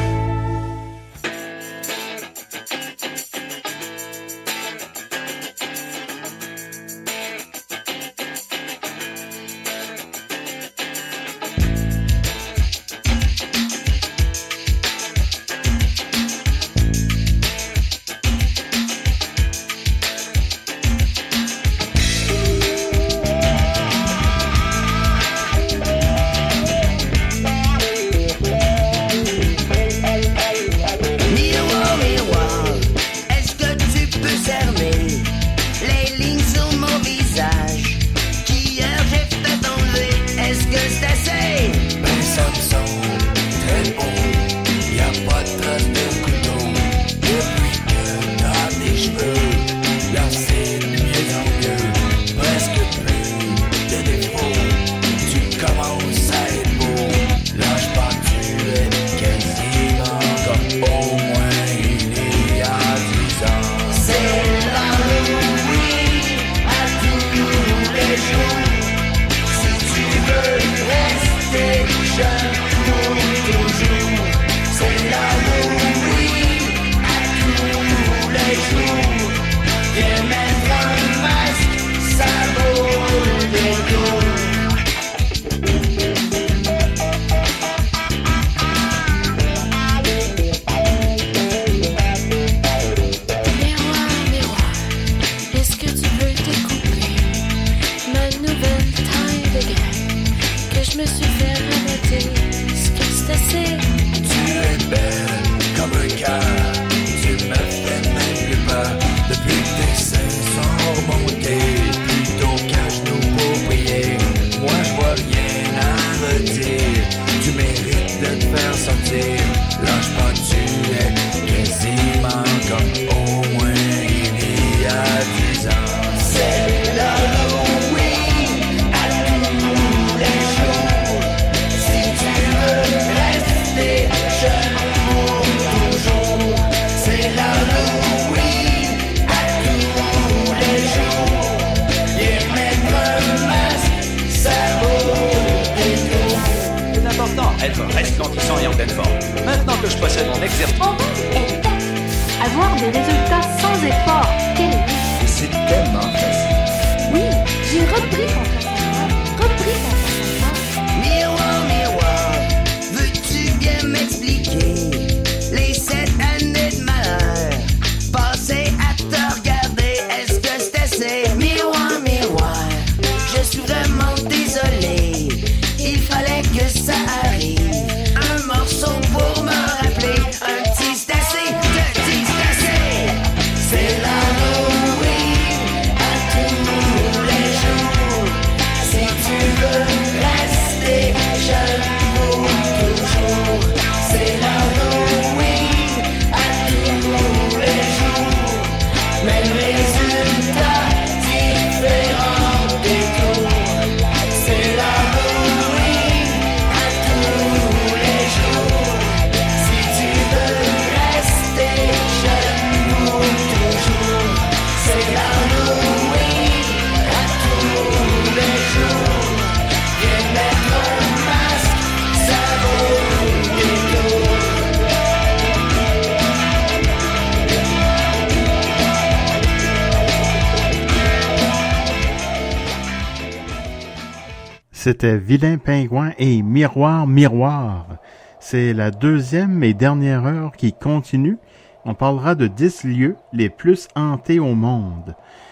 C'était Vilain Pingouin et Miroir, Miroir. C'est la deuxième et dernière heure qui continue. On parlera de dix lieux les plus hantés au monde.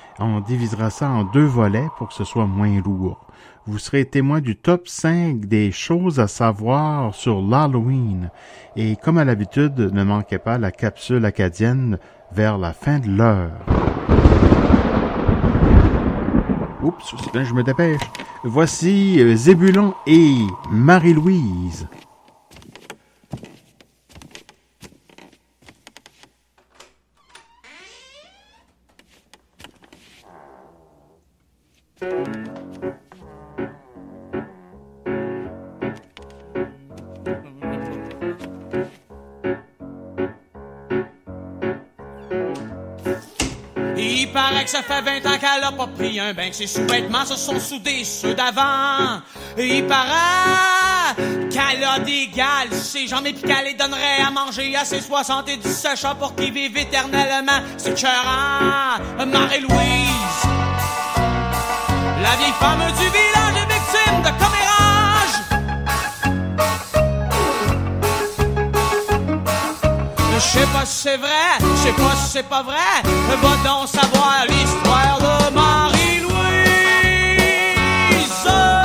On divisera ça en deux volets pour que ce soit moins lourd. Vous serez témoin du top cinq des choses à savoir sur l'Halloween. Et comme à l'habitude, ne manquez pas la capsule acadienne vers la fin de l'heure. Oups, je me dépêche. Voici Zébulon et Marie-Louise. Il paraît que ça fait vingt ans qu'elle a pas pris un bain, que ses sous-vêtements se sont soudés ceux d'avant. Il paraît qu'elle a des gales sur ses jambes et puis qu'elle les donnerait à manger à ses soixante-dix chats pour qu'ils vivent éternellement. C'est écœurant. Marie-Louise, la vieille femme du village est victime de commérage. Je sais pas si c'est vrai, je sais pas si c'est pas vrai. Va donc savoir l'histoire de Marie-Louise.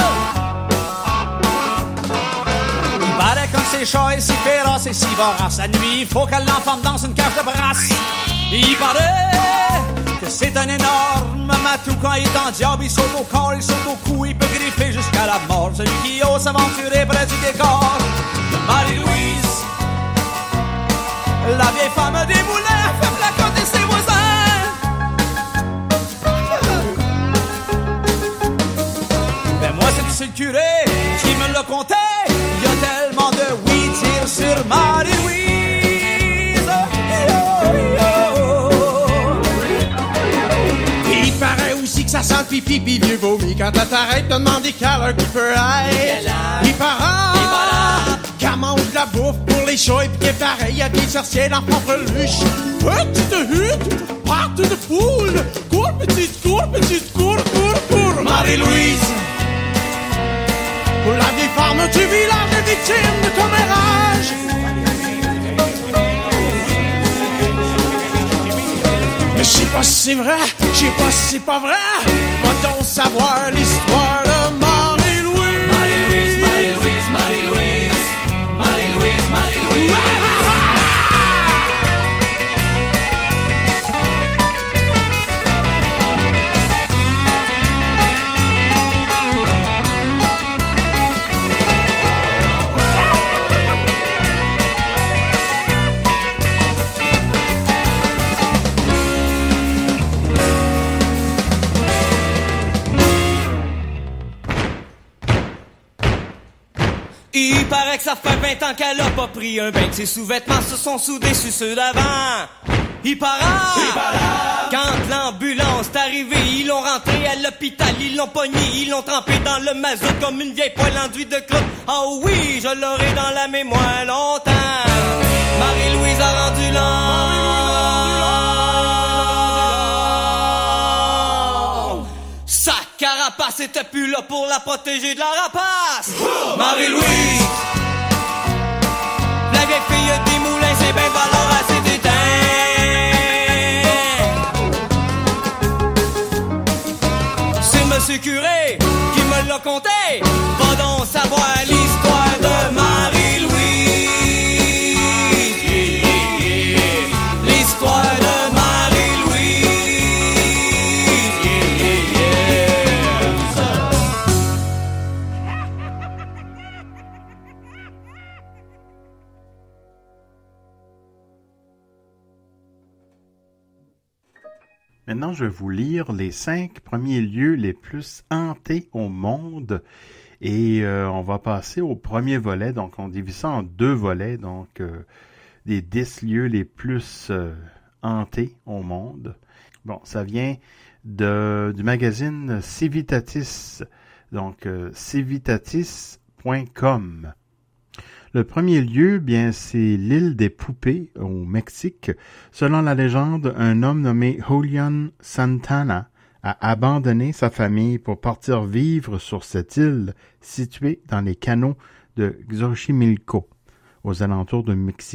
Il paraît comme ces chats et si féroces et si voraces. La nuit, il faut qu'elle l'enferme dans une cage de brasse. Il paraît que c'est un énorme matou. Quand il est en diable, il saute au corps, il saute au cou, il peut griffer jusqu'à la mort. Celui qui ose s'aventurer près du décor de Marie-Louise. La vieille femme des moulins fait placoter ses voisins. Ben moi c'est le curé qui me l'a conté. Il y a tellement de oui dire sur Marie-Louise. Il paraît aussi que ça sent le pipi pis vieux vomi. Quand elle t'arrête de demander quelle heure qu'il peut être. Il paraît qu'elle mange de la bouffe pour les chats et pis qu'elle est pareil à des sorciers dans propre luche. Petite hutte, parte de poule. Cours petite, cours petite, cours, cours, cours. Marie-Louise, pour la vieille femme du village est victime de commérage. Mais je sais pas si c'est vrai, je sais pas si c'est pas vrai. Va donc savoir l'histoire de Marie-Louise. Marie-Louise, Marie-Louise, Marie-Louise. Marie-Louise, Marie-Louise. Il paraît que ça fait vingt ans qu'elle a pas pris un bain, que ses sous-vêtements se sont soudés sur ceux d'avant. Il paraît, quand l'ambulance est arrivée, ils l'ont rentré à l'hôpital, ils l'ont pogné, ils l'ont trempé dans le mazout comme une vieille poêle enduite de croûte. Ah oh oui, je l'aurai dans la mémoire longtemps. Marie-Louise a rendu l'an. Sa carapace était plus là pour la protéger de la rapace. Marie-Louise, la vieille fille des moulins, c'est bien valeur à ses détails. C'est monsieur curé qui me l'a conté. Va donc savoir l'histoire de Marie-Louise. L'histoire de Marie-Louise. Maintenant, je vais vous lire les cinq premiers lieux les plus hantés au monde. Et euh, on va passer au premier volet. Donc, on divise ça en deux volets. Donc, euh, les dix lieux les plus euh, hantés au monde. Bon, ça vient de, du magazine Civitatis. Donc, euh, civitatis point com. Le premier lieu, bien, c'est l'île des Poupées au Mexique. Selon la légende, un homme nommé Julian Santana a abandonné sa famille pour partir vivre sur cette île située dans les canaux de Xochimilco, aux alentours de Mexico.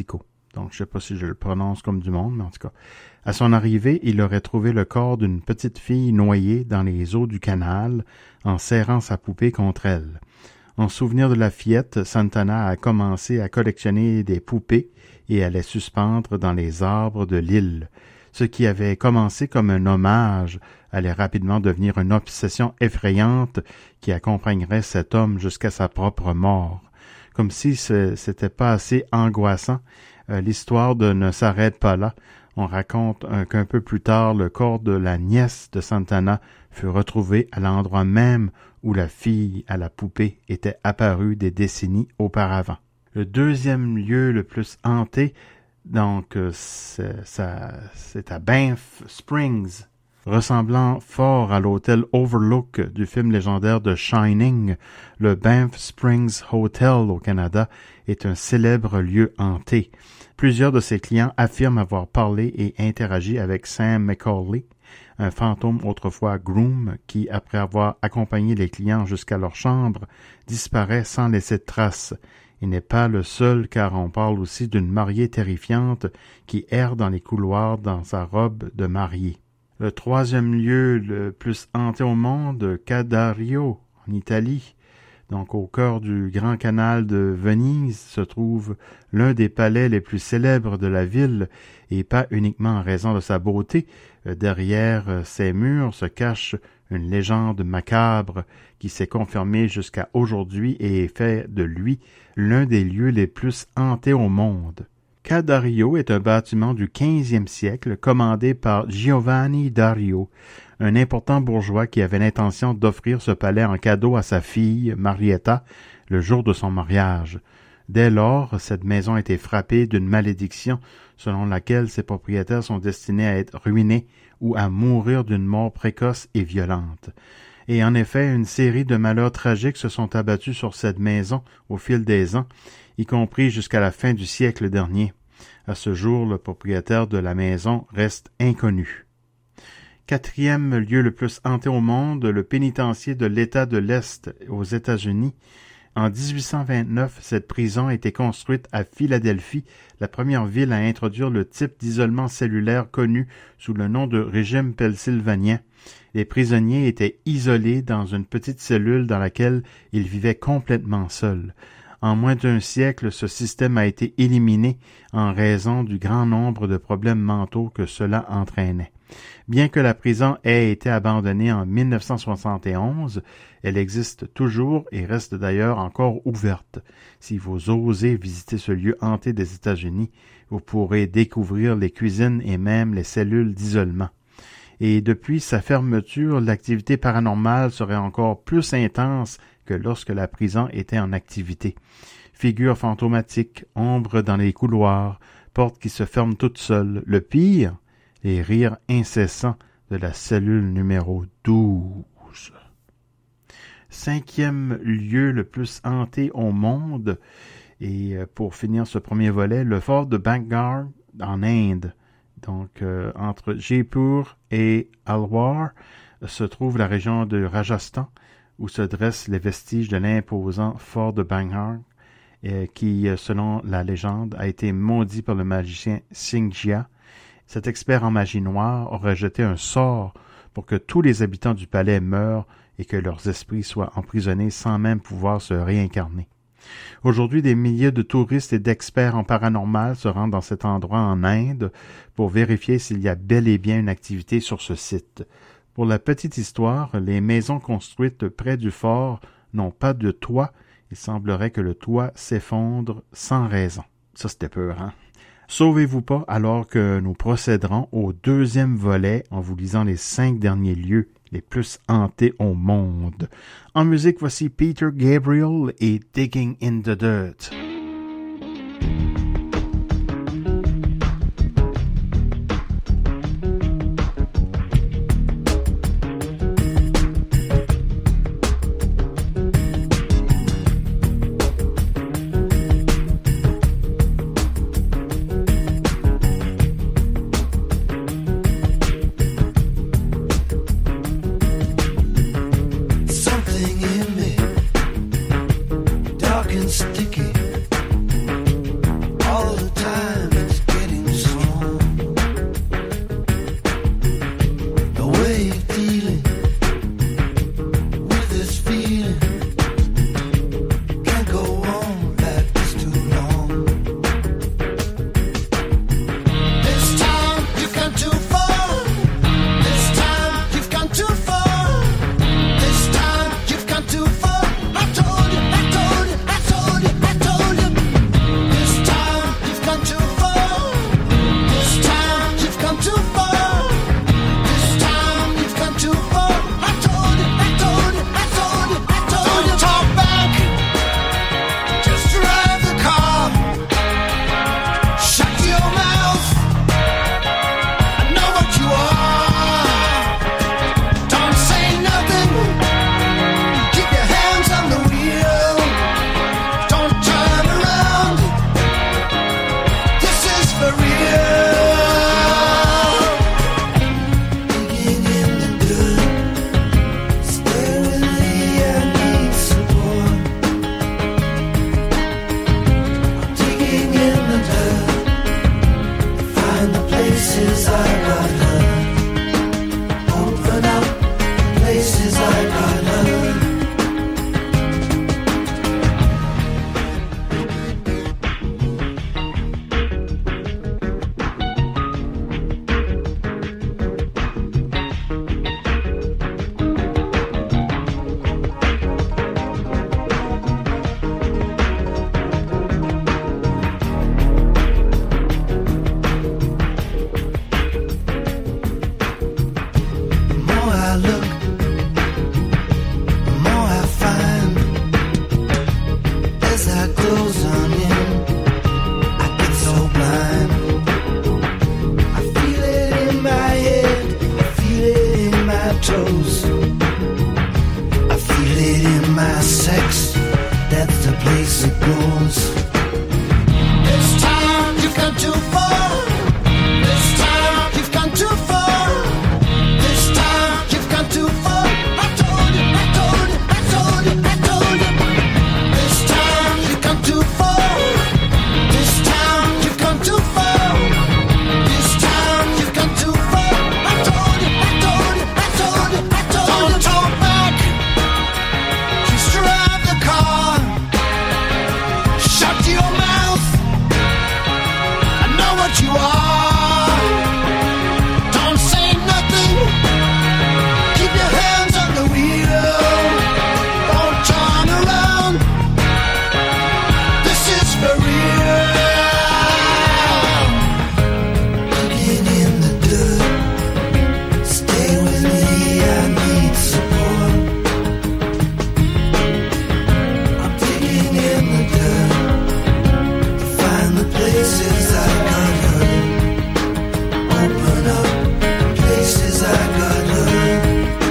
Donc, je sais pas si je le prononce comme du monde, mais en tout cas. À son arrivée, il aurait trouvé le corps d'une petite fille noyée dans les eaux du canal, en serrant sa poupée contre elle. En souvenir de la fillette, Santana a commencé à collectionner des poupées et à les suspendre dans les arbres de l'île. Ce qui avait commencé comme un hommage allait rapidement devenir une obsession effrayante qui accompagnerait cet homme jusqu'à sa propre mort. Comme si ce, c'était pas assez angoissant, euh, l'histoire de ne s'arrête pas là. On raconte euh, qu'un peu plus tard, le corps de la nièce de Santana fut retrouvé à l'endroit même où la fille à la poupée était apparue des décennies auparavant. Le deuxième lieu le plus hanté, donc, euh, c'est, ça, c'est à Banff Springs. Ressemblant fort à l'hôtel Overlook du film légendaire de Shining, le Banff Springs Hotel au Canada est un célèbre lieu hanté. Plusieurs de ses clients affirment avoir parlé et interagi avec Sam McCauley, un fantôme autrefois groom qui, après avoir accompagné les clients jusqu'à leur chambre, disparaît sans laisser de traces. Il n'est pas le seul car on parle aussi d'une mariée terrifiante qui erre dans les couloirs dans sa robe de mariée. Le troisième lieu le plus hanté au monde, Cadario, en Italie. Donc au cœur du grand canal de Venise se trouve l'un des palais les plus célèbres de la ville, et pas uniquement en raison de sa beauté. Derrière ces murs se cache une légende macabre qui s'est confirmée jusqu'à aujourd'hui et fait de lui l'un des lieux les plus hantés au monde. Cadario est un bâtiment du quinzième siècle commandé par Giovanni Dario, un important bourgeois qui avait l'intention d'offrir ce palais en cadeau à sa fille, Marietta, le jour de son mariage. Dès lors, cette maison a été frappée d'une malédiction selon laquelle ses propriétaires sont destinés à être ruinés ou à mourir d'une mort précoce et violente. Et en effet, une série de malheurs tragiques se sont abattus sur cette maison au fil des ans, y compris jusqu'à la fin du siècle dernier. À ce jour, le propriétaire de la maison reste inconnu. Quatrième lieu le plus hanté au monde, le pénitencier de l'État de l'Est aux États-Unis. En dix-huit cent vingt-neuf, cette prison a été construite à Philadelphie, la première ville à introduire le type d'isolement cellulaire connu sous le nom de régime pennsylvanien. Les prisonniers étaient isolés dans une petite cellule dans laquelle ils vivaient complètement seuls. En moins d'un siècle, ce système a été éliminé en raison du grand nombre de problèmes mentaux que cela entraînait. Bien que la prison ait été abandonnée en mille neuf cent soixante et onze, elle existe toujours et reste d'ailleurs encore ouverte. Si vous osez visiter ce lieu hanté des États-Unis, vous pourrez découvrir les cuisines et même les cellules d'isolement. Et depuis sa fermeture, l'activité paranormale serait encore plus intense que lorsque la prison était en activité. Figures fantomatiques, ombres dans les couloirs, portes qui se ferment toutes seules. Le pire, les rires incessants de la cellule numéro douze. Cinquième lieu le plus hanté au monde, et pour finir ce premier volet, le fort de Bangalore en Inde. Donc, euh, entre Jaipur et Alwar se trouve la région de Rajasthan, où se dressent les vestiges de l'imposant fort de Bangalore, euh, qui, selon la légende, a été maudit par le magicien Singhia. Cet expert en magie noire aurait jeté un sort pour que tous les habitants du palais meurent et que leurs esprits soient emprisonnés sans même pouvoir se réincarner. Aujourd'hui, des milliers de touristes et d'experts en paranormal se rendent dans cet endroit en Inde pour vérifier s'il y a bel et bien une activité sur ce site. Pour la petite histoire, les maisons construites près du fort n'ont pas de toit. Il semblerait que le toit s'effondre sans raison. Ça, c'était peur, hein? Sauvez-vous pas alors que nous procéderons au deuxième volet en vous lisant les cinq derniers lieux les plus hantés au monde. En musique, voici Peter Gabriel et Digging in the Dirt. Something in me, dark and sticky. too far. This time you've gone too far. This time you've gone too far. I told you, I told you, I told you, I told you. This time you've gone too far. This time you've gone too far. This time you've gone too far. I told you, I told you, I told you, I told you. Don't talk back. Just drive the car. Shut your mouth. I know what you are. Don't say nothing. Keep your hands on the wheel. Don't turn around. This is for real. Digging in the dirt. Stay with me, I need support. I'm digging in the dirt to find the places I got hurt. Open up places I got hurt.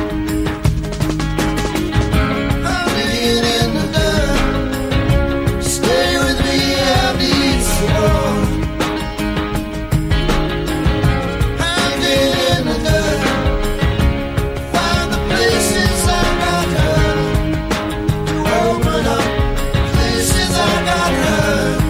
I'm digging in the dirt. Stay with me, I need support. I'm digging in the dirt. Find the places I got hurt. To open up places I got hurt.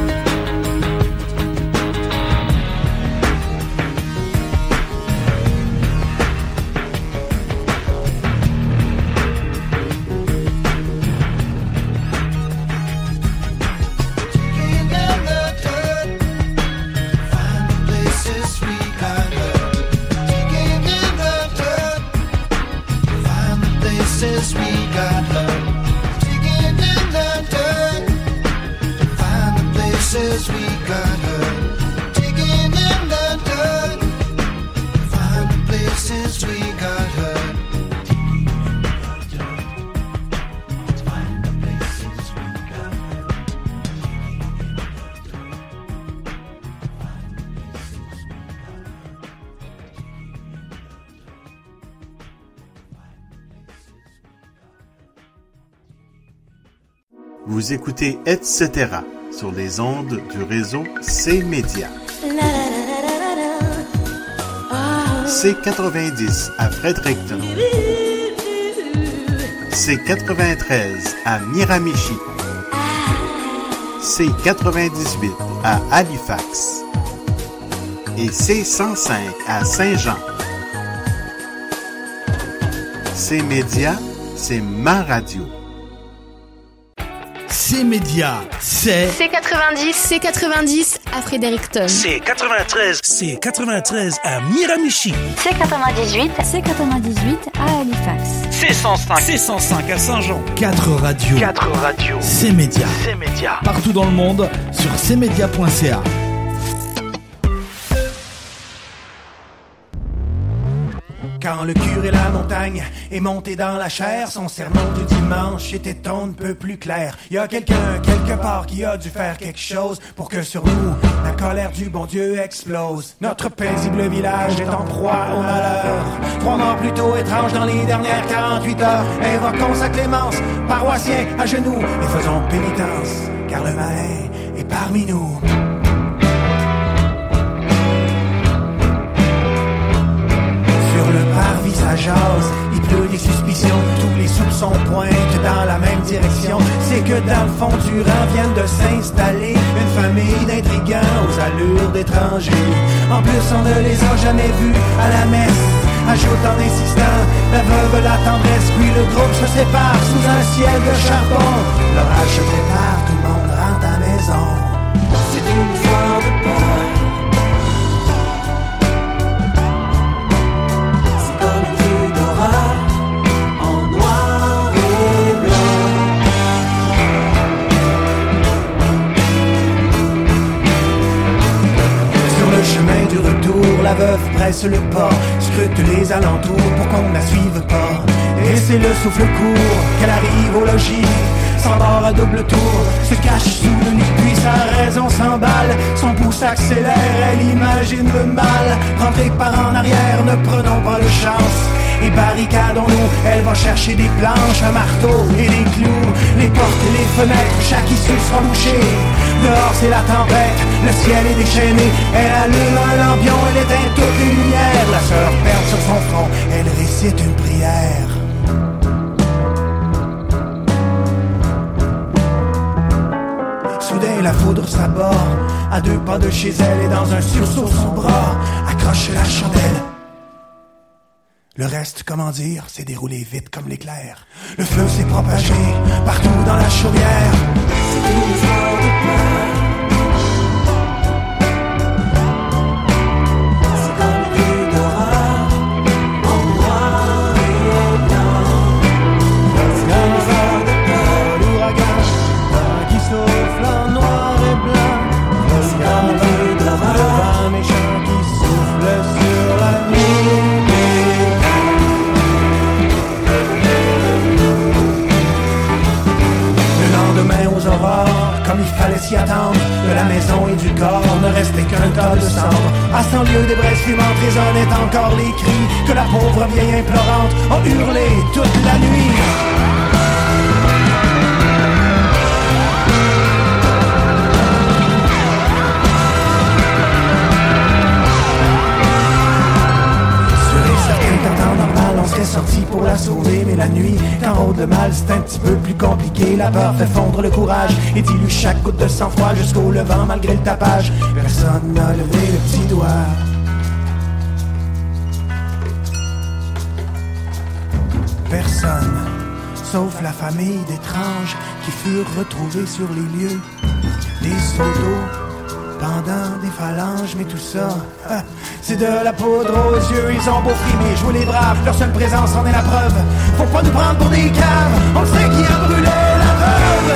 Digging in the dirt. Find the places we got hurt. Digging in the dirt. Find the places we got hurt. Digging in the dirt. Find the places we got hurt. Digging in the dirt. Find the places we got hurt. Find the places we got hurt. Vous écoutez et cetera sur les ondes du réseau C-Média. C quatre-vingt-dix à Fredericton. C quatre-vingt-treize à Miramichi. C quatre-vingt-dix-huit à Halifax. Et C cent cinq à Saint-Jean. C-Média, c'est ma radio. C-Média, c'est... C quatre-vingt-dix, C quatre-vingt-dix à Fredericton. C quatre-vingt-treize, C quatre-vingt-treize à Miramichi. C quatre-vingt-dix-huit, C quatre-vingt-dix-huit à Halifax. C cent cinq, C cent cinq à Saint-Jean. Quatre radios. Quatre radios. C-Média. C-Média. Partout dans le monde sur c média point c a. Quand le curé la montagne est monté dans la chair, son sermon du dimanche était on ne peut plus clair. Y a quelqu'un quelque part qui a dû faire quelque chose pour que sur nous la colère du bon Dieu explose. Notre paisible village est en proie au malheur. Trois morts plutôt étranges dans les dernières quarante-huit heures. Invoquons sa clémence, paroissiens à genoux et faisons pénitence, car le malin est parmi nous. Parvis ça jase, il pleut des suspicions, tous les soupçons pointent dans la même direction. C'est que dans le fond du rang viennent de s'installer une famille d'intrigants aux allures d'étrangers. En plus on ne les a jamais vus à la messe, ajoute en insistant la veuve, la tendresse. Puis le groupe se sépare sous un ciel de charbon. L'orage se prépare, tout le monde rentre à la maison. C'est une fois de peur. La veuve presse le pas, scrute les alentours pour qu'on ne la suive pas. Et c'est le souffle court qu'elle arrive au logis, s'embarre à double tour, se cache sous le lit, puis sa raison s'emballe. Son pouce accélère, elle imagine le mal. Rentrer par en arrière, ne prenons pas de chance. Et barricadons-nous, elle va chercher des planches, un marteau et des clous. Les portes et les fenêtres, chaque issue sera bouchée. Dehors c'est la tempête, Le ciel est déchaîné, elle allume un lampion, elle éteint toutes les lumières. La sœur perd sur son front, elle récite une prière. Soudain la foudre s'abat, à deux pas de chez elle et dans un sursaut son bras accroche la chandelle. Le reste, comment dire, s'est déroulé vite comme l'éclair. Le feu s'est propagé partout dans la chaumière. C'est une histoire de peur. C'est comme une vue d'horreur, en noir et blanc. C'est une histoire de peur, l'ouragan, vent qui souffle en noir et blanc. C'est comme une vue d'horreur, le vent méchant qui souffle sur la nuit. Aux aurores, comme il fallait s'y attendre, de la maison et du corps ne restait qu'un tas de cendres. À cent lieues des braises fumantes résonnaient encore les cris que la pauvre vieille implorante a hurlé toute la nuit. On serait sorti pour la sauver, mais la nuit, quand rôde le mal, c'est un petit peu plus compliqué. La peur fait fondre le courage et dilue chaque goutte de sang-froid jusqu'au levant malgré le tapage. Personne n'a levé le petit doigt. Personne, sauf la famille d'étranges qui furent retrouvés sur les lieux. Des seaux d'eau pendant des phalanges, mais tout ça, ah, c'est de la poudre aux yeux. Ils ont beau frimer, jouer les braves, leur seule présence en est la preuve. Faut pas nous prendre pour des caves, on sait qui a brûlé la veuve.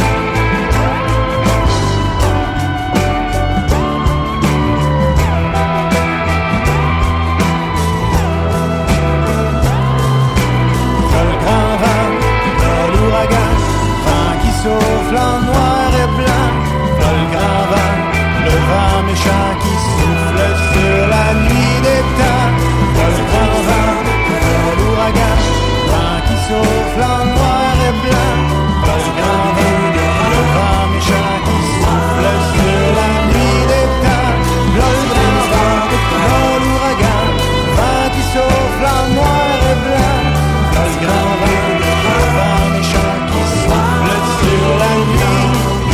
Le grand vent, de l'ouragan, vent qui souffle en noir et blanc. Le grand vent, le vent méchant qui souffle sur la nuit des temps. Le grand vent, de l'ouragan, vent qui souffle en noir et blanc. Le grand vent, le vent méchant qui souffle sur la nuit des temps. Le grand vent, de l'ouragan, vent qui souffle en noir et blanc. Le grand vent, le vent méchant qui souffle sur la nuit.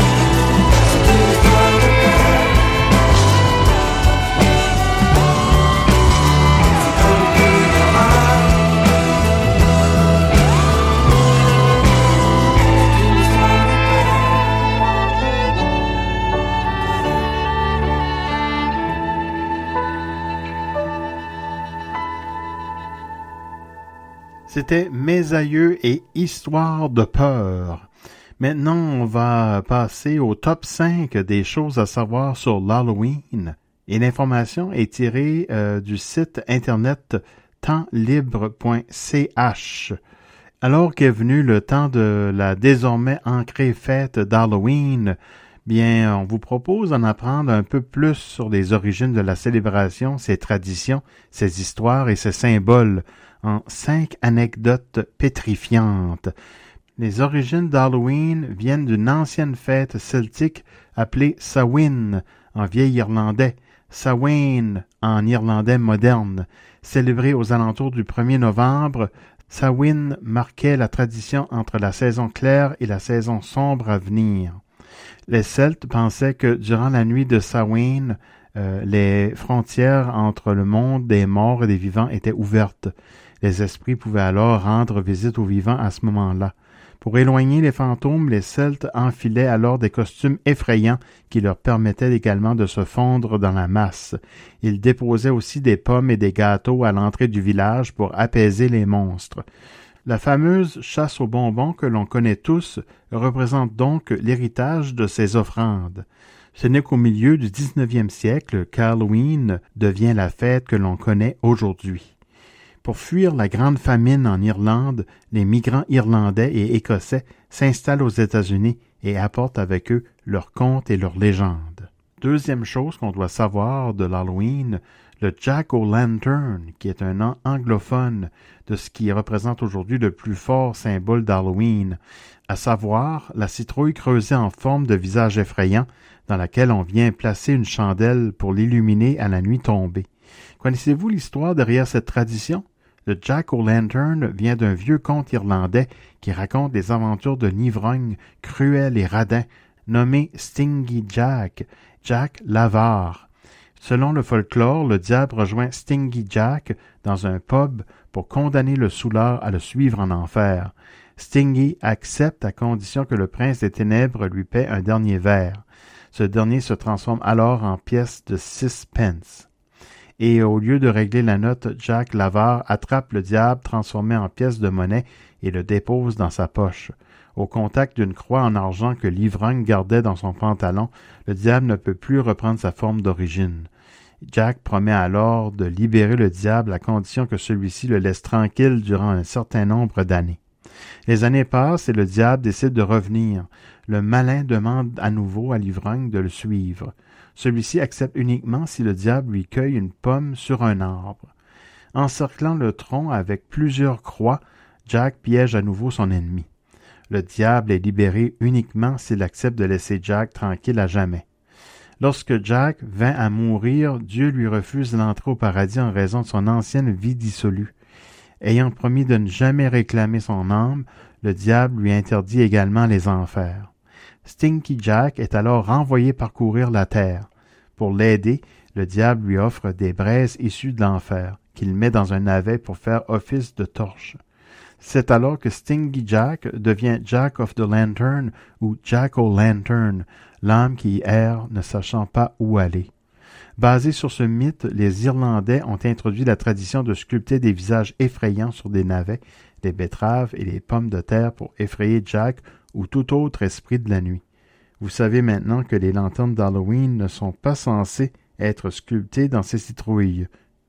C'était Mes aïeux et Histoire de peur. Maintenant, on va passer au top cinq des choses à savoir sur l'Halloween. Et l'information est tirée euh, du site internet temps libre point c h. Alors qu'est venu le temps de la désormais ancrée fête d'Halloween, bien, on vous propose d'en apprendre un peu plus sur les origines de la célébration, ses traditions, ses histoires et ses symboles, en cinq anecdotes pétrifiantes. Les origines d'Halloween viennent d'une ancienne fête celtique appelée Samhain en vieil irlandais, Samhain en irlandais moderne. Célébrée aux alentours du premier novembre, Samhain marquait la tradition entre la saison claire et la saison sombre à venir. Les Celtes pensaient que durant la nuit de Samhain, euh, les frontières entre le monde des morts et des vivants étaient ouvertes. Les esprits pouvaient alors rendre visite aux vivants à ce moment-là. Pour éloigner les fantômes, les Celtes enfilaient alors des costumes effrayants qui leur permettaient également de se fondre dans la masse. Ils déposaient aussi des pommes et des gâteaux à l'entrée du village pour apaiser les monstres. La fameuse chasse aux bonbons que l'on connaît tous représente donc l'héritage de ces offrandes. Ce n'est qu'au milieu du dix-neuvième siècle qu'Halloween devient la fête que l'on connaît aujourd'hui. Pour fuir la grande famine en Irlande, les migrants irlandais et écossais s'installent aux États-Unis et apportent avec eux leurs contes et leurs légendes. Deuxième chose qu'on doit savoir de l'Halloween, le Jack-o'-lantern, qui est un nom anglophone de ce qui représente aujourd'hui le plus fort symbole d'Halloween, à savoir la citrouille creusée en forme de visage effrayant dans laquelle on vient placer une chandelle pour l'illuminer à la nuit tombée. Connaissez-vous l'histoire derrière cette tradition? Le Jack-o'-lantern vient d'un vieux conte irlandais qui raconte les aventures d'un ivrogne cruel et radin nommé Stingy Jack, Jack l'avare. Selon le folklore, le diable rejoint Stingy Jack dans un pub pour condamner le soulard à le suivre en enfer. Stingy accepte à condition que le prince des ténèbres lui paie un dernier verre. Ce dernier se transforme alors en pièce de six pence. Et au lieu de régler la note, Jack l'avare attrape le diable transformé en pièce de monnaie et le dépose dans sa poche. Au contact d'une croix en argent que l'ivrogne gardait dans son pantalon, le diable ne peut plus reprendre sa forme d'origine. Jack promet alors de libérer le diable à condition que celui-ci le laisse tranquille durant un certain nombre d'années. Les années passent et le diable décide de revenir. Le malin demande à nouveau à l'ivrogne de le suivre. Celui-ci accepte uniquement si le diable lui cueille une pomme sur un arbre. Encerclant le tronc avec plusieurs croix, Jack piège à nouveau son ennemi. Le diable est libéré uniquement s'il accepte de laisser Jack tranquille à jamais. Lorsque Jack vint à mourir, Dieu lui refuse l'entrée au paradis en raison de son ancienne vie dissolue. Ayant promis de ne jamais réclamer son âme, le diable lui interdit également les enfers. Stingy Jack est alors renvoyé parcourir la terre. Pour l'aider, le diable lui offre des braises issues de l'enfer, qu'il met dans un navet pour faire office de torche. C'est alors que Stingy Jack devient Jack of the Lantern ou Jack-o'-lantern, l'âme qui erre ne sachant pas où aller. Basé sur ce mythe, les Irlandais ont introduit la tradition de sculpter des visages effrayants sur des navets, des betteraves et des pommes de terre pour effrayer Jack ou tout autre esprit de la nuit. Vous savez maintenant que les lanternes d'Halloween ne sont pas censées être sculptées dans ces citrouilles.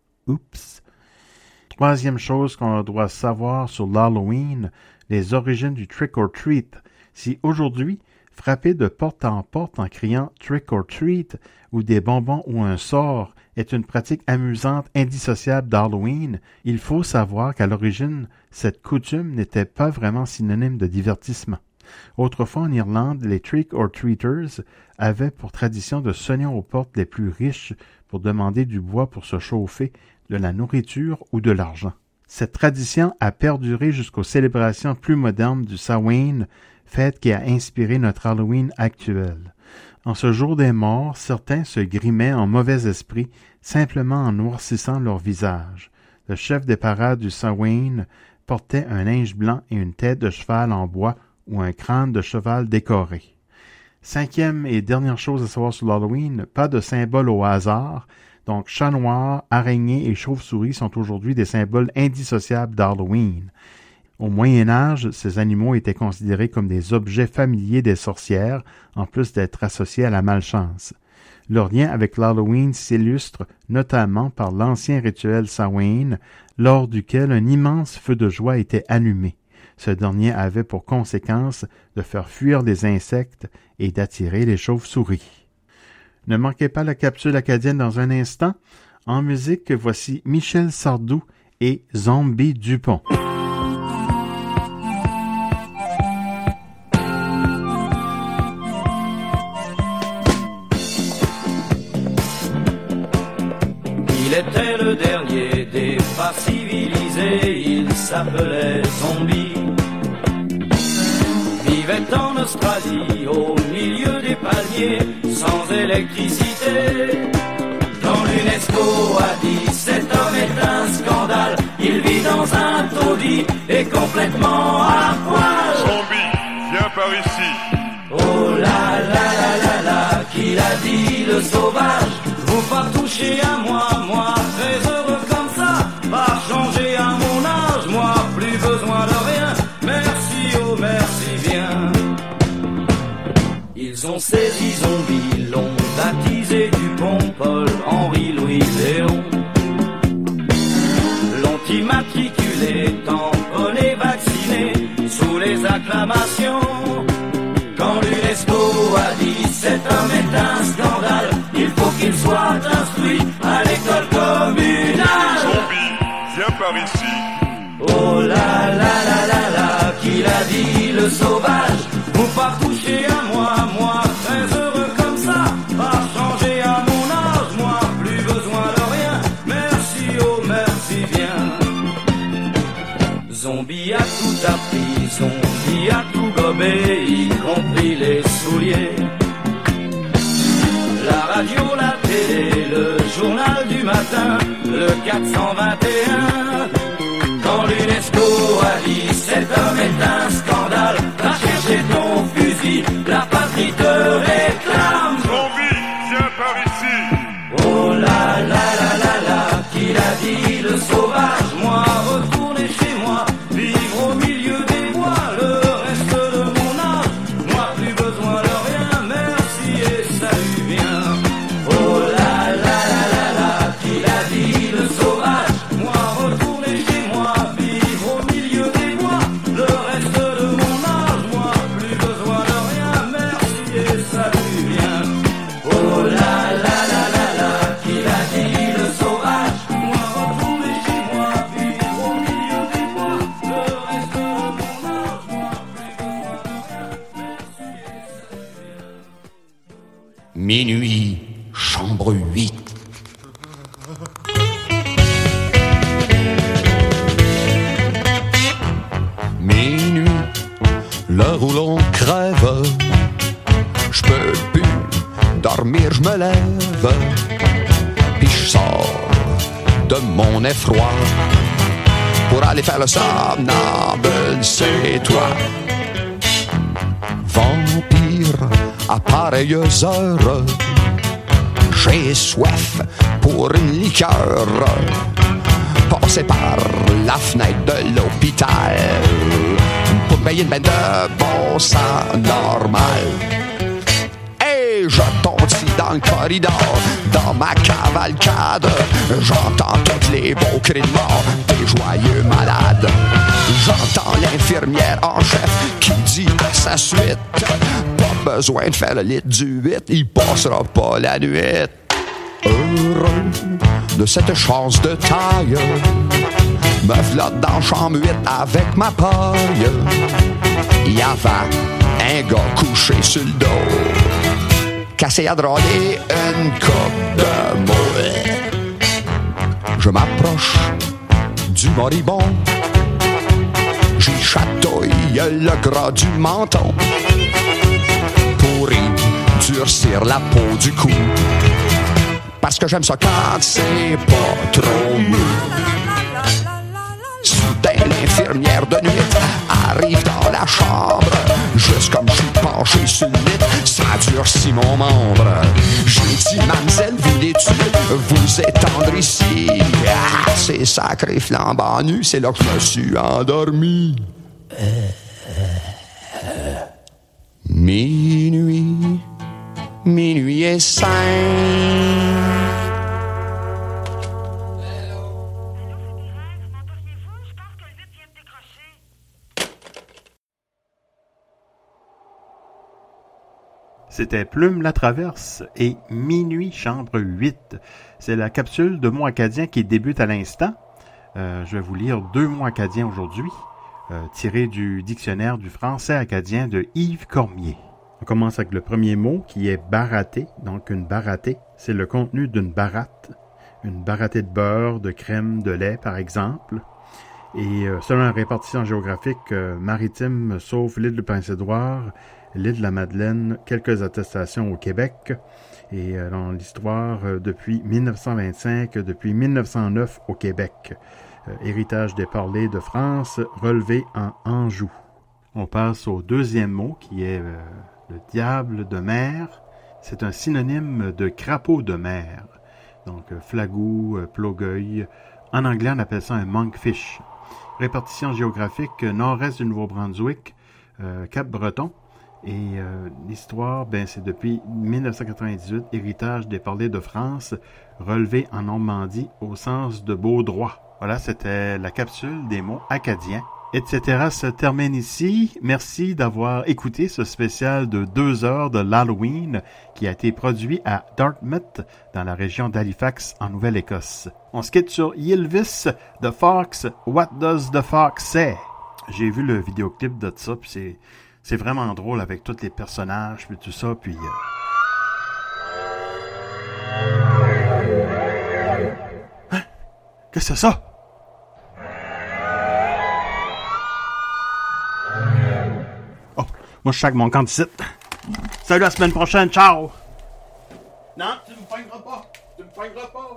Oups! Troisième chose qu'on doit savoir sur l'Halloween, les origines du trick-or-treat. Si aujourd'hui, frapper de porte en porte en criant « trick or treat » ou des bonbons ou un sort est une pratique amusante indissociable d'Halloween, il faut savoir qu'à l'origine, cette coutume n'était pas vraiment synonyme de divertissement. Autrefois en Irlande, les trick-or-treaters avaient pour tradition de sonner aux portes les plus riches pour demander du bois pour se chauffer, de la nourriture ou de l'argent. Cette tradition a perduré jusqu'aux célébrations plus modernes du Samhain, fête qui a inspiré notre Halloween actuel. En ce jour des morts, certains se grimaient en mauvais esprit, simplement en noircissant leur visage. Le chef des parades du Samhain portait un linge blanc et une tête de cheval en bois ou un crâne de cheval décoré. Cinquième et dernière chose à savoir sur l'Halloween, pas de symbole au hasard, donc chat noir, araignée et chauve-souris sont aujourd'hui des symboles indissociables d'Halloween. Au Moyen Âge, ces animaux étaient considérés comme des objets familiers des sorcières, en plus d'être associés à la malchance. Leur lien avec l'Halloween s'illustre notamment par l'ancien rituel Samhain, lors duquel un immense feu de joie était allumé. Ce dernier avait pour conséquence de faire fuir les insectes et d'attirer les chauves-souris. Ne manquez pas la capsule acadienne dans un instant. En musique, voici Michel Sardou et Zombie Dupont. Il était le dernier des pas civilisés, il s'appelait Zombie. Vivait en Australie, au milieu des palmiers, sans électricité. Quand l'UNESCO a dit cet homme est un scandale, il vit dans un taudis et complètement à poil. Zombie, viens par ici. Oh là là là là là, qu'il a dit le sauvage, vous pas toucher à moi, moi très heureux comme ça, pas changer à mon âge, moi plus besoin de rien, merci oh merci bien. Ils ont saisi Zombie, l'ont baptisé Dupont, Paul, Henri, Louis, Léon. L'ont immatriculé, tamponné, vacciné, sous les acclamations. Quand l'UNESCO a dit cet homme est un scandale, il faut qu'il soit instruit à l'école communale. Zombie, viens par ici. Oh là là là là là, qu'il a dit le sauvage, vous pas toucher à moi, moi très heureux Zombie a tout appris, zombie a tout gobé, y compris les souliers. La radio, la télé, le journal du matin, le quatre cent vingt et un. Quand l'UNESCO a dit cet homme est un scandale, va chercher ton fusil, la patrie te réclame. Zombie, viens par ici. Oh là là là là là, qui l'a dit le sauvage, moi retourner chez moi, vivre au milieu des bois, le reste de mon âge, moi plus besoin de rien, merci et salut bien. Oh là là là là là, qui l'a dit le sauvage, moi retourner chez moi, vivre au milieu des bois, le reste de mon âge, moi plus besoin de rien, merci et salut bien. Oh là là là là là, qui l'a dit le sauvage, moi retourner chez moi, vivre au milieu des bois, le reste de mon âge, moi plus besoin de rien, merci et salut bien. Minuit, chambre huit. Minuit, l'heure où l'on crève, je peux plus dormir, je me lève, puis je sors de mon effroi pour aller faire le somnambule, c'est toi. Vampire, à pareilles heures, j'ai soif pour une liqueur. Passer par la fenêtre de l'hôpital pour payer une peine de bon sang normal. Et je tontis dans le corridor, dans ma cavalcade, j'entends tous les beaux cris de mort des joyeux malades. J'entends l'infirmière en chef qui dit à sa suite, pas besoin de faire le lit du huit, il passera pas la nuit. Heureux de cette chance de taille, me flotte dans la chambre huit avec ma paille. Il y avait un gars couché sur le dos, cassé à drôler une coupe de mots. Je m'approche du moribond, j'y chatouille le gras du menton pour y durcir la peau du cou. Parce que j'aime ça quand c'est pas trop mou. Soudain l'infirmière de nuit arrive dans la chambre, juste comme je suis penché sur le lit, ça durcit mon membre. J'ai dit, mademoiselle, voulez-tu vous étendre ici? Ah, c'est sacré flambant nu, c'est là que je me suis endormi. Euh, euh, euh. Minuit, minuit et cinq. C'était Plume la Traverse et Minuit chambre huit. C'est la capsule de mots acadiens qui débute à l'instant. Euh, je vais vous lire deux mots acadiens aujourd'hui, euh, tirés du dictionnaire du français acadien de Yves Cormier. On commence avec le premier mot qui est baraté. Donc une baratée, c'est le contenu d'une baratte. Une baratée de beurre, de crème, de lait par exemple. Et euh, selon la répartition géographique euh, maritime, sauf l'île de Prince-Édouard, l'île de la Madeleine, quelques attestations au Québec. Et euh, dans l'histoire, euh, depuis mille neuf cent vingt-cinq, depuis mille neuf cent neuf au Québec. Euh, héritage des parlers de France, relevé en Anjou. On passe au deuxième mot qui est euh, le diable de mer. C'est un synonyme de crapaud de mer. Donc euh, flagou, euh, plogueil. En anglais, on appelle ça un monkfish. Répartition géographique, euh, nord-est du Nouveau-Brunswick, euh, Cap-Breton. Et euh, l'histoire, ben, c'est depuis mille neuf cent quatre-vingt-dix-huit, héritage des parlers de France, relevé en Normandie au sens de beau droit. Voilà, c'était la capsule des mots acadiens, et cetera se termine ici. Merci d'avoir écouté ce spécial de deux heures de l'Halloween qui a été produit à Dartmouth, dans la région d'Halifax, en Nouvelle-Écosse. On se quitte sur Ylvis, The Fox, What Does the Fox Say? J'ai vu le vidéoclip de ça, puis c'est... C'est vraiment drôle avec tous les personnages puis tout ça, puis... Euh... Hein? Qu'est-ce que c'est ça? Moi, je chaque mon camp ici. Salut, à la semaine prochaine. Ciao! Non, tu me pogneras pas. Tu me pogneras pas.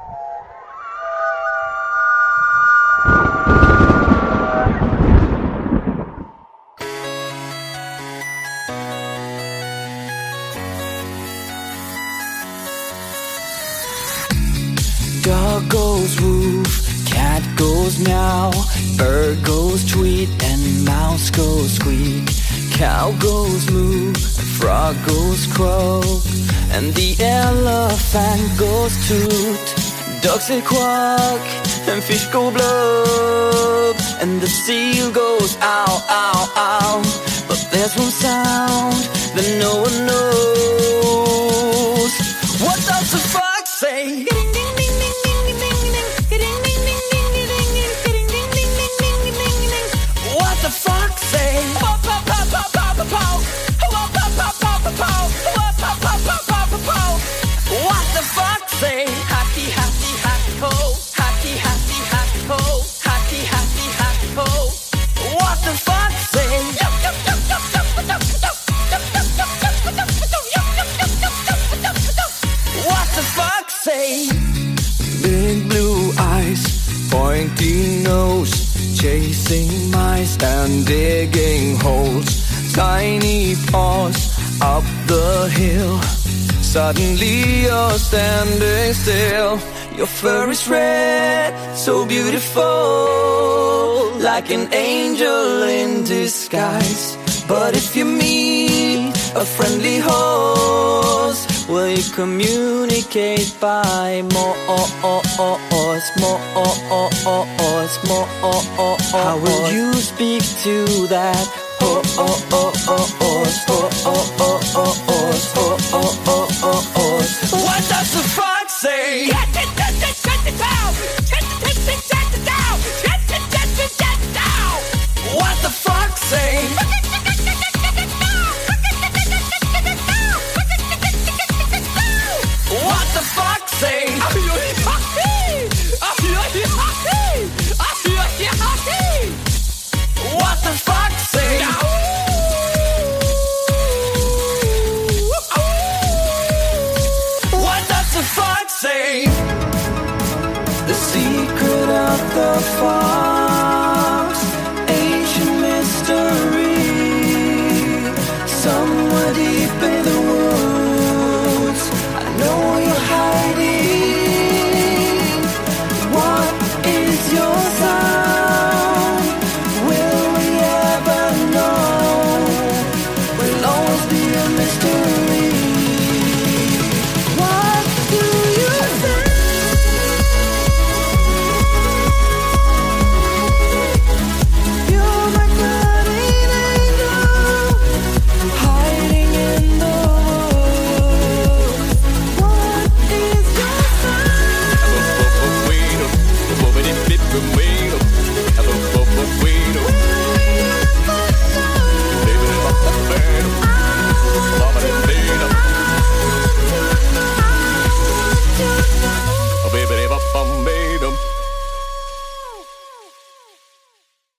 Dog goes woof, cat goes meow, bird goes tweet, and mouse goes squeak. Cow goes moo, frog goes croak, and the elephant goes toot. Ducks say quack, and fish go blub, and the seal goes ow, ow, ow. But there's one sound that no one knows. What does the fox say? What the fox say? What the fox say? Happy, happy, happy ho. Happy, happy, happy ho. Happy, happy, happy ho. What the fox say? What the fox say? Big blue eyes, pointy nose, chasing mice and digging holes. Tiny paws up the hill. Suddenly you're standing still. Your fur is red, so beautiful, like an angel in disguise. But if you meet a friendly horse, will you communicate by more, more, more? How will you speak to that horse? What does the fox say? What the fox say? What the fox say? What the fox say? What does the fox say? The secret of the fox